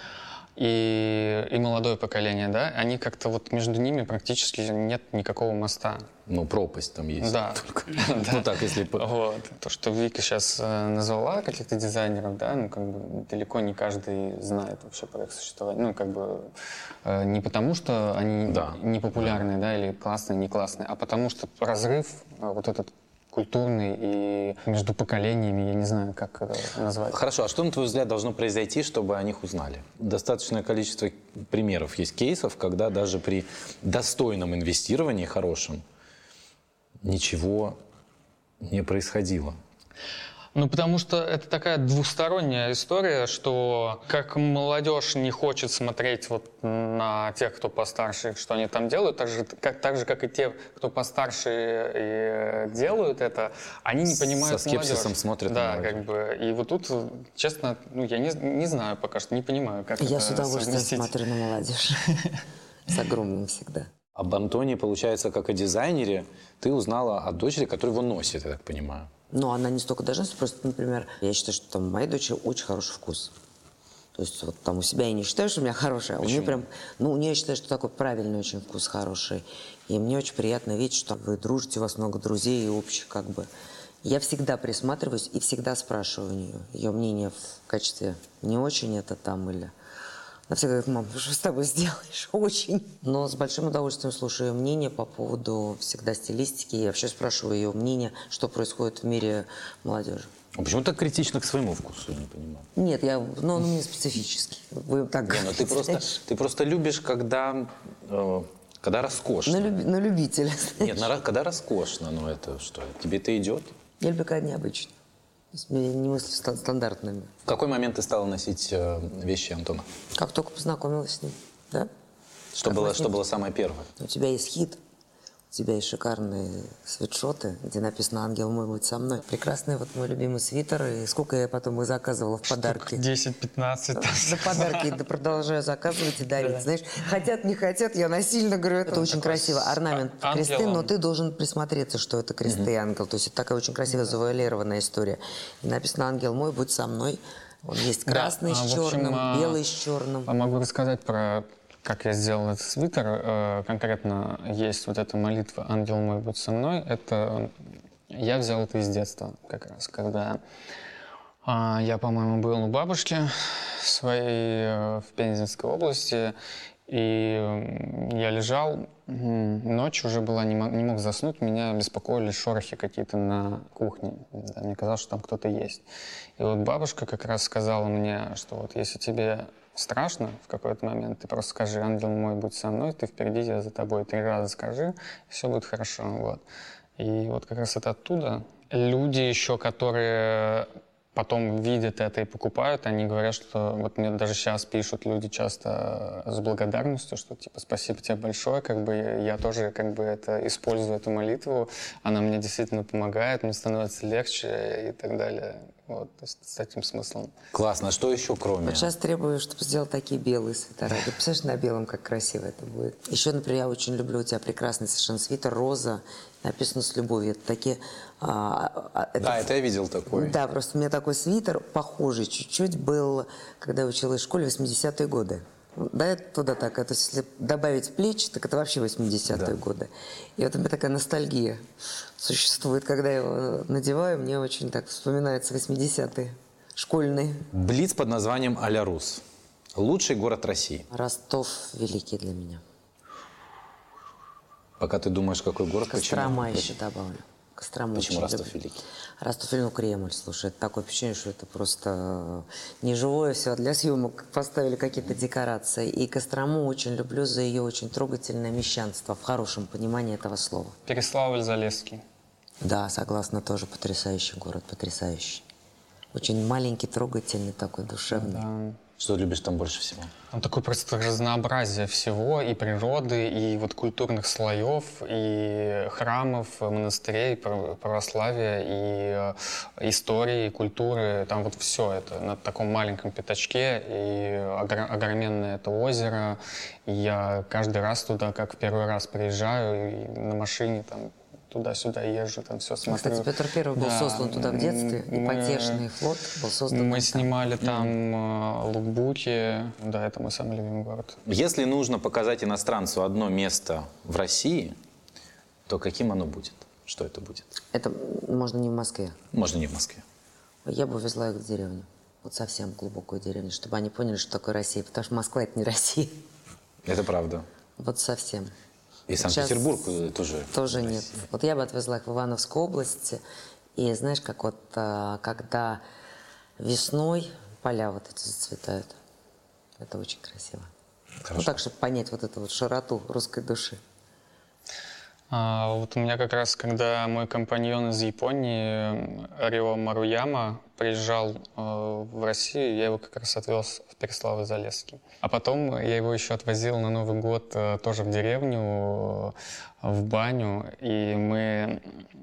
И, и молодое поколение, да, они как-то вот между ними практически нет никакого моста. Ну, пропасть там есть. Да. Ну, так, если... Вот. То, что Вика сейчас назвала каких-то дизайнеров, да, ну, как бы далеко не каждый знает вообще про их существование. Ну, как бы не потому, что они не популярные, да, или классные, не классные, а потому что разрыв вот этот культурный и между поколениями, я не знаю, как это назвать. Хорошо, а что, на твой взгляд, должно произойти, чтобы о них узнали? Достаточное количество примеров есть, кейсов, когда даже при достойном инвестировании, хорошем, ничего не происходило. Ну, потому что это такая двусторонняя история, что как молодежь не хочет смотреть вот на тех, кто постарше, что они там делают, так же, как, так же, как и те, кто постарше и делают это, они не понимают Со скепсисом молодежь. смотрят да, на молодежь. Как бы, и вот тут, честно, ну, я не, не знаю пока что, не понимаю, как я это с удовольствием совместить. смотрю на молодежь. С огромным всегда. Об Антоне, получается, как о дизайнере, ты узнала от дочери, которая его носит, я так понимаю. Но она не столько должность, просто, например, я считаю, что там у моей дочери очень хороший вкус. То есть вот там у себя я не считаю, что у меня хороший, а у нее прям, ну, у нее, я считаю, что такой правильный очень вкус хороший. И мне очень приятно видеть, что вы дружите, у вас много друзей и общих как бы. Я всегда присматриваюсь и всегда спрашиваю у нее. Ее мнение в качестве не очень это там или... Она всегда говорит: мам, что с тобой сделаешь? Очень. Но с большим удовольствием слушаю ее мнение по поводу всегда стилистики. Я вообще спрашиваю ее мнение, что происходит в мире молодежи. А почему так критично к своему вкусу, я не понимаю? Нет, я, ну, он у меня специфический. Вы так не, ну ты просто, ты просто любишь, когда, э, когда роскошно. На, люби, на любителя. Нет, на, когда роскошно, ну это что? Тебе это идет? Я люблю, когда необычно. То есть мне не мысли стандартными. В какой момент ты стала носить э, вещи Антона? Как только познакомилась с ним, да? Что, было, что было самое первое? У тебя есть хит, у тебя есть шикарные свитшоты, где написано «Ангел мой будет со мной». Прекрасный вот мой любимый свитер, и сколько я потом их заказывала в подарки. десять-пятнадцать. За подарки да, продолжаю заказывать и дарить. Да. Знаешь, хотят, не хотят, я насильно говорю, это очень красиво. Орнамент а, кресты, ангелом. Но ты должен присмотреться, что это кресты и ангел. То есть это такая очень красивая завуалированная история. И написано «Ангел мой будет со мной». Он есть красный да, с а, черным, общем, белый с черным. Могу рассказать про... Как я сделал этот свитер, э, конкретно есть вот эта молитва «Ангел мой, будь со мной». Это я взял это из детства как раз, когда э, я, по-моему, был у бабушки своей э, в Пензенской области, и я лежал, ночь уже была, не мог, не мог заснуть, меня беспокоили шорохи какие-то на кухне. Да, мне казалось, что там кто-то есть. И вот бабушка как раз сказала мне, что вот если тебе страшно в какой-то момент, ты просто скажи: «Ангел мой, будь со мной», ты впереди, я за тобой. Три раза скажи, и все будет хорошо. Вот. И вот как раз это оттуда. Люди еще, которые потом видят это и покупают, они говорят, что вот мне даже сейчас пишут люди часто с благодарностью, что типа спасибо тебе большое, как бы я, я тоже как бы это использую, эту молитву, она мне действительно помогает, мне становится легче и так далее. Вот, то есть с этим смыслом. Классно. А что еще кроме? Вот сейчас требую, чтобы сделать такие белые свитера. Ты представляешь, на белом, как красиво это будет. Еще, например, я очень люблю, у тебя прекрасный совершенно свитер, роза, написано «С любовью». Это такие... а, а, это- Да, это я видел такой. Да, просто у меня такой свитер, похожий чуть-чуть, был, когда я училась в школе, восьмидесятые годы. Да, это туда так. То есть, если добавить плеч, так это вообще восьмидесятые Да. годы. И вот у меня такая ностальгия существует. Когда я его надеваю, мне очень так вспоминаются восьмидесятые, школьные. Блиц под названием «А-ля Рус». Лучший город России. Ростов великий для меня. Пока ты думаешь, какой город, Кострома почему? еще добавлю. Кострому Почему очень Ростов люблю. великий? Ростов, ну, Кремль, слушай, это такое впечатление, что это просто неживое все. Для съемок поставили какие-то декорации. И Кострому очень люблю за ее очень трогательное мещанство, в хорошем понимании этого слова. Переславль-Залесский. Да, согласна, тоже потрясающий город, потрясающий. Очень маленький, трогательный такой, душевный. Да. Что любишь там больше всего? Там такое просто разнообразие всего, и природы, и вот культурных слоев, и храмов, монастырей, право- православия, и э, истории, и культуры. Там вот все это на таком маленьком пятачке, и огр- огроменное это озеро. И я каждый раз туда, как в первый раз приезжаю, и на машине там туда-сюда езжу, там все смотрю. Кстати, Петр Первый был Да, сослан туда в детстве, и мы- потешный флот был создан Мы там. снимали там э, лукбуки. Да, это мой самый любимый город. Если нужно показать иностранцу одно место в России, то каким оно будет? Что это будет? Это можно не в Москве. Можно не в Москве. Я бы увезла их в деревню. Вот совсем глубокую деревню, чтобы они поняли, что такое Россия. Потому что Москва — это не Россия. Это правда. Вот совсем. И Сейчас Санкт-Петербург э, тоже. Тоже нет. Россия. Вот я бы отвезла их в Ивановскую область. И знаешь, как вот, а, когда весной поля вот эти зацветают. Это очень красиво. Ну Хорошо. так, чтобы понять вот эту вот широту русской души. А, вот у меня как раз, когда мой компаньон из Японии, Рио Маруяма, приезжал э, в Россию, я его как раз отвез в Переславль-Залесский. А потом я его еще отвозил на Новый год э, тоже в деревню, э, в баню, и мы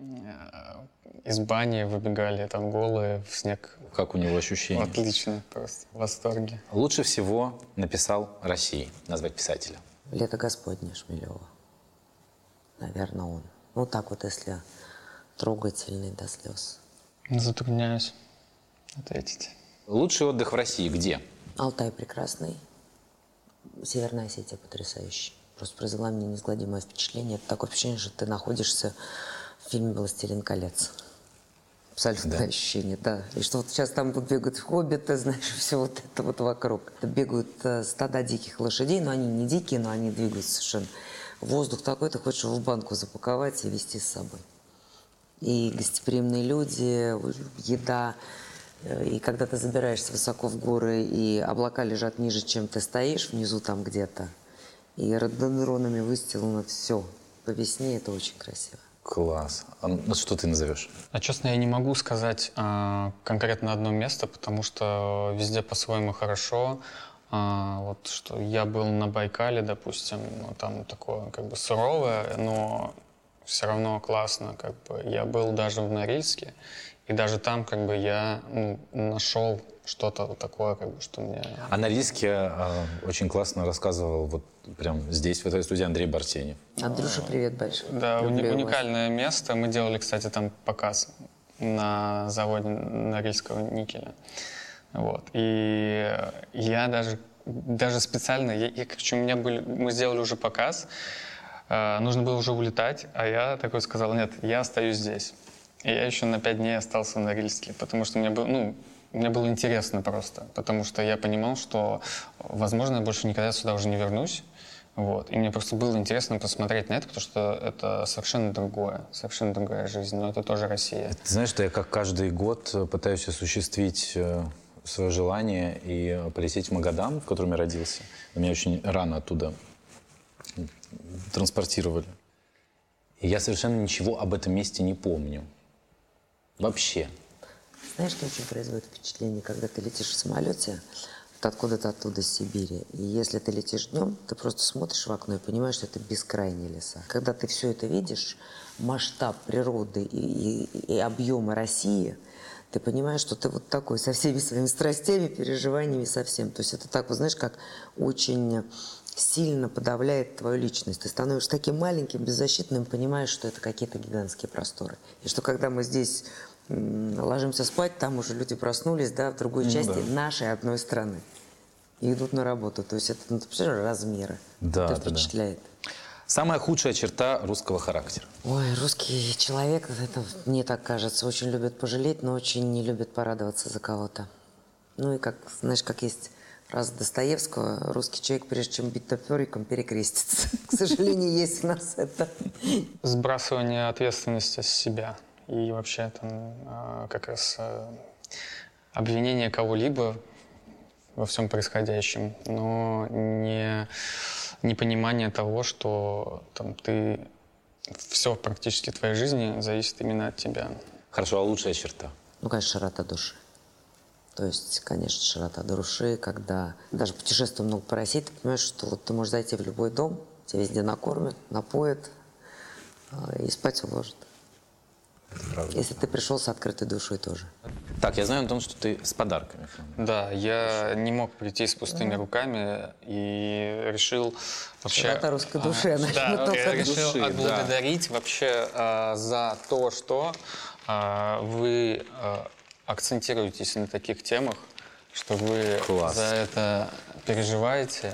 э, из бани выбегали там голые в снег. Как у него ощущения? Отлично, просто в восторге. Лучше всего написал России. Назвать писателя. «Лето Господне» Шмелева. Наверное, он. Ну так вот, если трогательный до слез. Затрудняюсь ответить. Лучший отдых в России где? Алтай прекрасный. Северная Осетия потрясающая. Просто произвела мне неизгладимое впечатление. Это такое впечатление, что ты находишься в фильме «Властелин колец». Абсолютное Да. ощущение, да. И что вот сейчас там вот бегают хоббиты, знаешь, все вот это вот вокруг. Бегают э, стада диких лошадей, но они не дикие, но они двигаются совершенно. Воздух такой, ты хочешь его в банку запаковать и везти с собой. И гостеприимные люди, еда. И когда ты забираешься высоко в горы, и облака лежат ниже, чем ты стоишь, внизу там где-то, и рододендронами выстелано все. По весне это очень красиво. Класс. А ну, что ты назовешь? А честно, я не могу сказать а, конкретно одно место, потому что везде по-своему хорошо. А, вот что я был на Байкале, допустим, ну, там такое как бы суровое, но все равно классно. Как бы. Я был даже в Норильске, и даже там как бы я ну, нашел что-то вот такое, как бы, что мне... А на Риске э, очень классно рассказывал вот прям здесь, в этой студии, Андрей Бартенев. Андрюша, привет большой. Да, Люблю уни- вас. уникальное место. Мы делали, кстати, там показ на заводе Норильского никеля. Вот. И я даже, даже специально, я, я, короче, у меня были, мы сделали уже показ, э, нужно было уже улетать, а я такой сказал, нет, я остаюсь здесь. И я еще на пять дней остался в Норильске, потому что мне было, ну, мне было интересно просто, потому что я понимал, что, возможно, я больше никогда сюда уже не вернусь. Вот. И мне просто было интересно посмотреть на это, потому что это совершенно другое, совершенно другая жизнь, но это тоже Россия. Ты знаешь, что я как каждый год пытаюсь осуществить э, свое желание и полететь в Магадан, в котором я родился. Меня очень рано оттуда транспортировали. И я совершенно ничего об этом месте не помню. Вообще. Знаешь, что очень производит впечатление, когда ты летишь в самолете, вот откуда-то оттуда, с Сибири. И если ты летишь днем, ты просто смотришь в окно и понимаешь, что это бескрайние леса. Когда ты все это видишь, масштаб природы и, и, и объемы России, ты понимаешь, что ты вот такой, со всеми своими страстями, переживаниями, совсем. То есть это так, вот знаешь, как очень сильно подавляет твою личность. Ты становишься таким маленьким, беззащитным, понимаешь, что это какие-то гигантские просторы. И что когда мы здесь м, ложимся спать, там уже люди проснулись, да, в другой Ну части да. нашей одной страны. И идут на работу. То есть это, ну, ты представляешь, размеры. Да, это да, да. впечатляет. Самая худшая черта русского характера. Ой, русский человек, это, мне так кажется, очень любит пожалеть, но очень не любит порадоваться за кого-то. Ну и как, знаешь, как есть фраза Достоевского, русский человек, прежде чем бить топориком, перекрестится. К сожалению, есть у нас это. Сбрасывание ответственности с себя. И вообще там а, как раз а, обвинение кого-либо во всем происходящем, но не, непонимание того, что там, ты, все практически в твоей жизни зависит именно от тебя. Хорошо, а лучшая черта? Ну, конечно, широта души. То есть, конечно, широта души, когда даже путешествуя много по России, ты понимаешь, что вот ты можешь зайти в любой дом, тебя везде накормят, напоят э, и спать уложат. Правда. Если ты пришел с открытой душой тоже. Так, я знаю, Антон, что ты с подарками. Да, я не мог прийти с пустыми руками и решил вообще... Широта русской души, она Да, только я от решил души, да. отблагодарить вообще а, за то, что а, вы а, акцентируетесь на таких темах, что вы Класс. за это переживаете,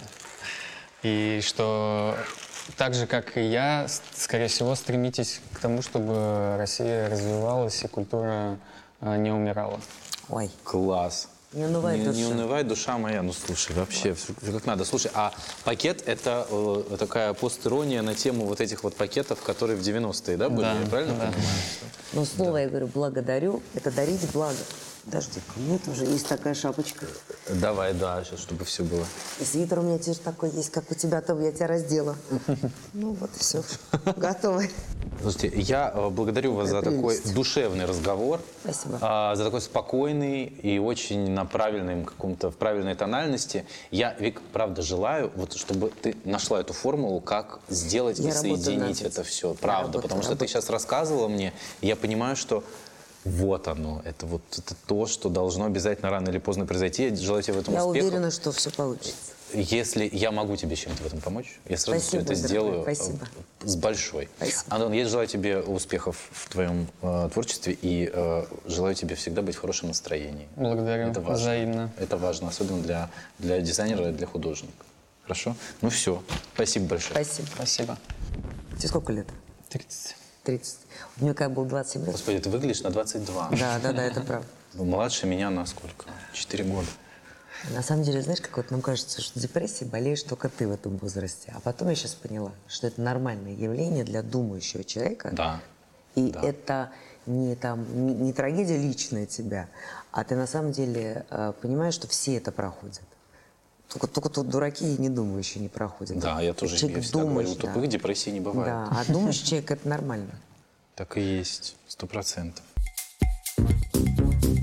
и что так же, как и я, с- скорее всего, стремитесь к тому, чтобы Россия развивалась и культура а, не умирала. Ой, Класс. не унывай не, душа. не унывай, душа моя. Ну, слушай, вообще, всё как надо. Слушай, а пакет — это э, такая постирония на тему вот этих вот пакетов, которые в девяностые, да, были? Да, Я правильно да. понимаю? Но снова я говорю, благодарю, это дарить благо. Подожди, у меня тоже есть такая шапочка. Давай, да, сейчас, чтобы все было. И свитер у меня теперь такой есть, как у тебя, то я тебя раздела. Ну вот и все, готово. Слушайте, я э, благодарю вас за Какая такой прелесть. душевный разговор, Спасибо. а, за такой спокойный и очень на правильном каком-то, в правильной тональности. Я, Вик, правда желаю, вот, чтобы ты нашла эту формулу, как сделать Я и работаю над соединить этим. это все. Я Правда, работаю, потому что ты работаю. сейчас рассказывала мне, и я понимаю, что вот оно, это вот это то, что должно обязательно рано или поздно произойти. Я желаю тебе в этом Я успеха. уверена, что все получится. Если я могу тебе чем-то в этом помочь, я сразу Спасибо, все это дорогой, сделаю э, спасибо. с большой. Спасибо. Антон, я желаю тебе успехов в твоем э, творчестве и э, желаю тебе всегда быть в хорошем настроении. Благодарю. Это важно. Взаимно. Это важно, особенно для, для дизайнера и для художника. Хорошо? Ну все. Спасибо большое. Спасибо. Спасибо. Тебе сколько лет? тридцать. тридцать. У меня как был двадцать семь лет. Господи, ты выглядишь на двадцать два. Да, да, да, это правда. Ну, младше меня на сколько? Четыре года. На самом деле, знаешь, как вот нам кажется, что депрессией болеешь только ты в этом возрасте. А потом я сейчас поняла, что это нормальное явление для думающего человека. Да. И да. это не, там, не, не трагедия личная тебя, а ты на самом деле э, понимаешь, что все это проходят. Только, только тут дураки и не думающие не проходят. Да, я тоже Человек я всегда говорю, думающий, у тупых да. депрессии не бывает. Да, а думающий человек – это нормально. Так и есть, сто процентов.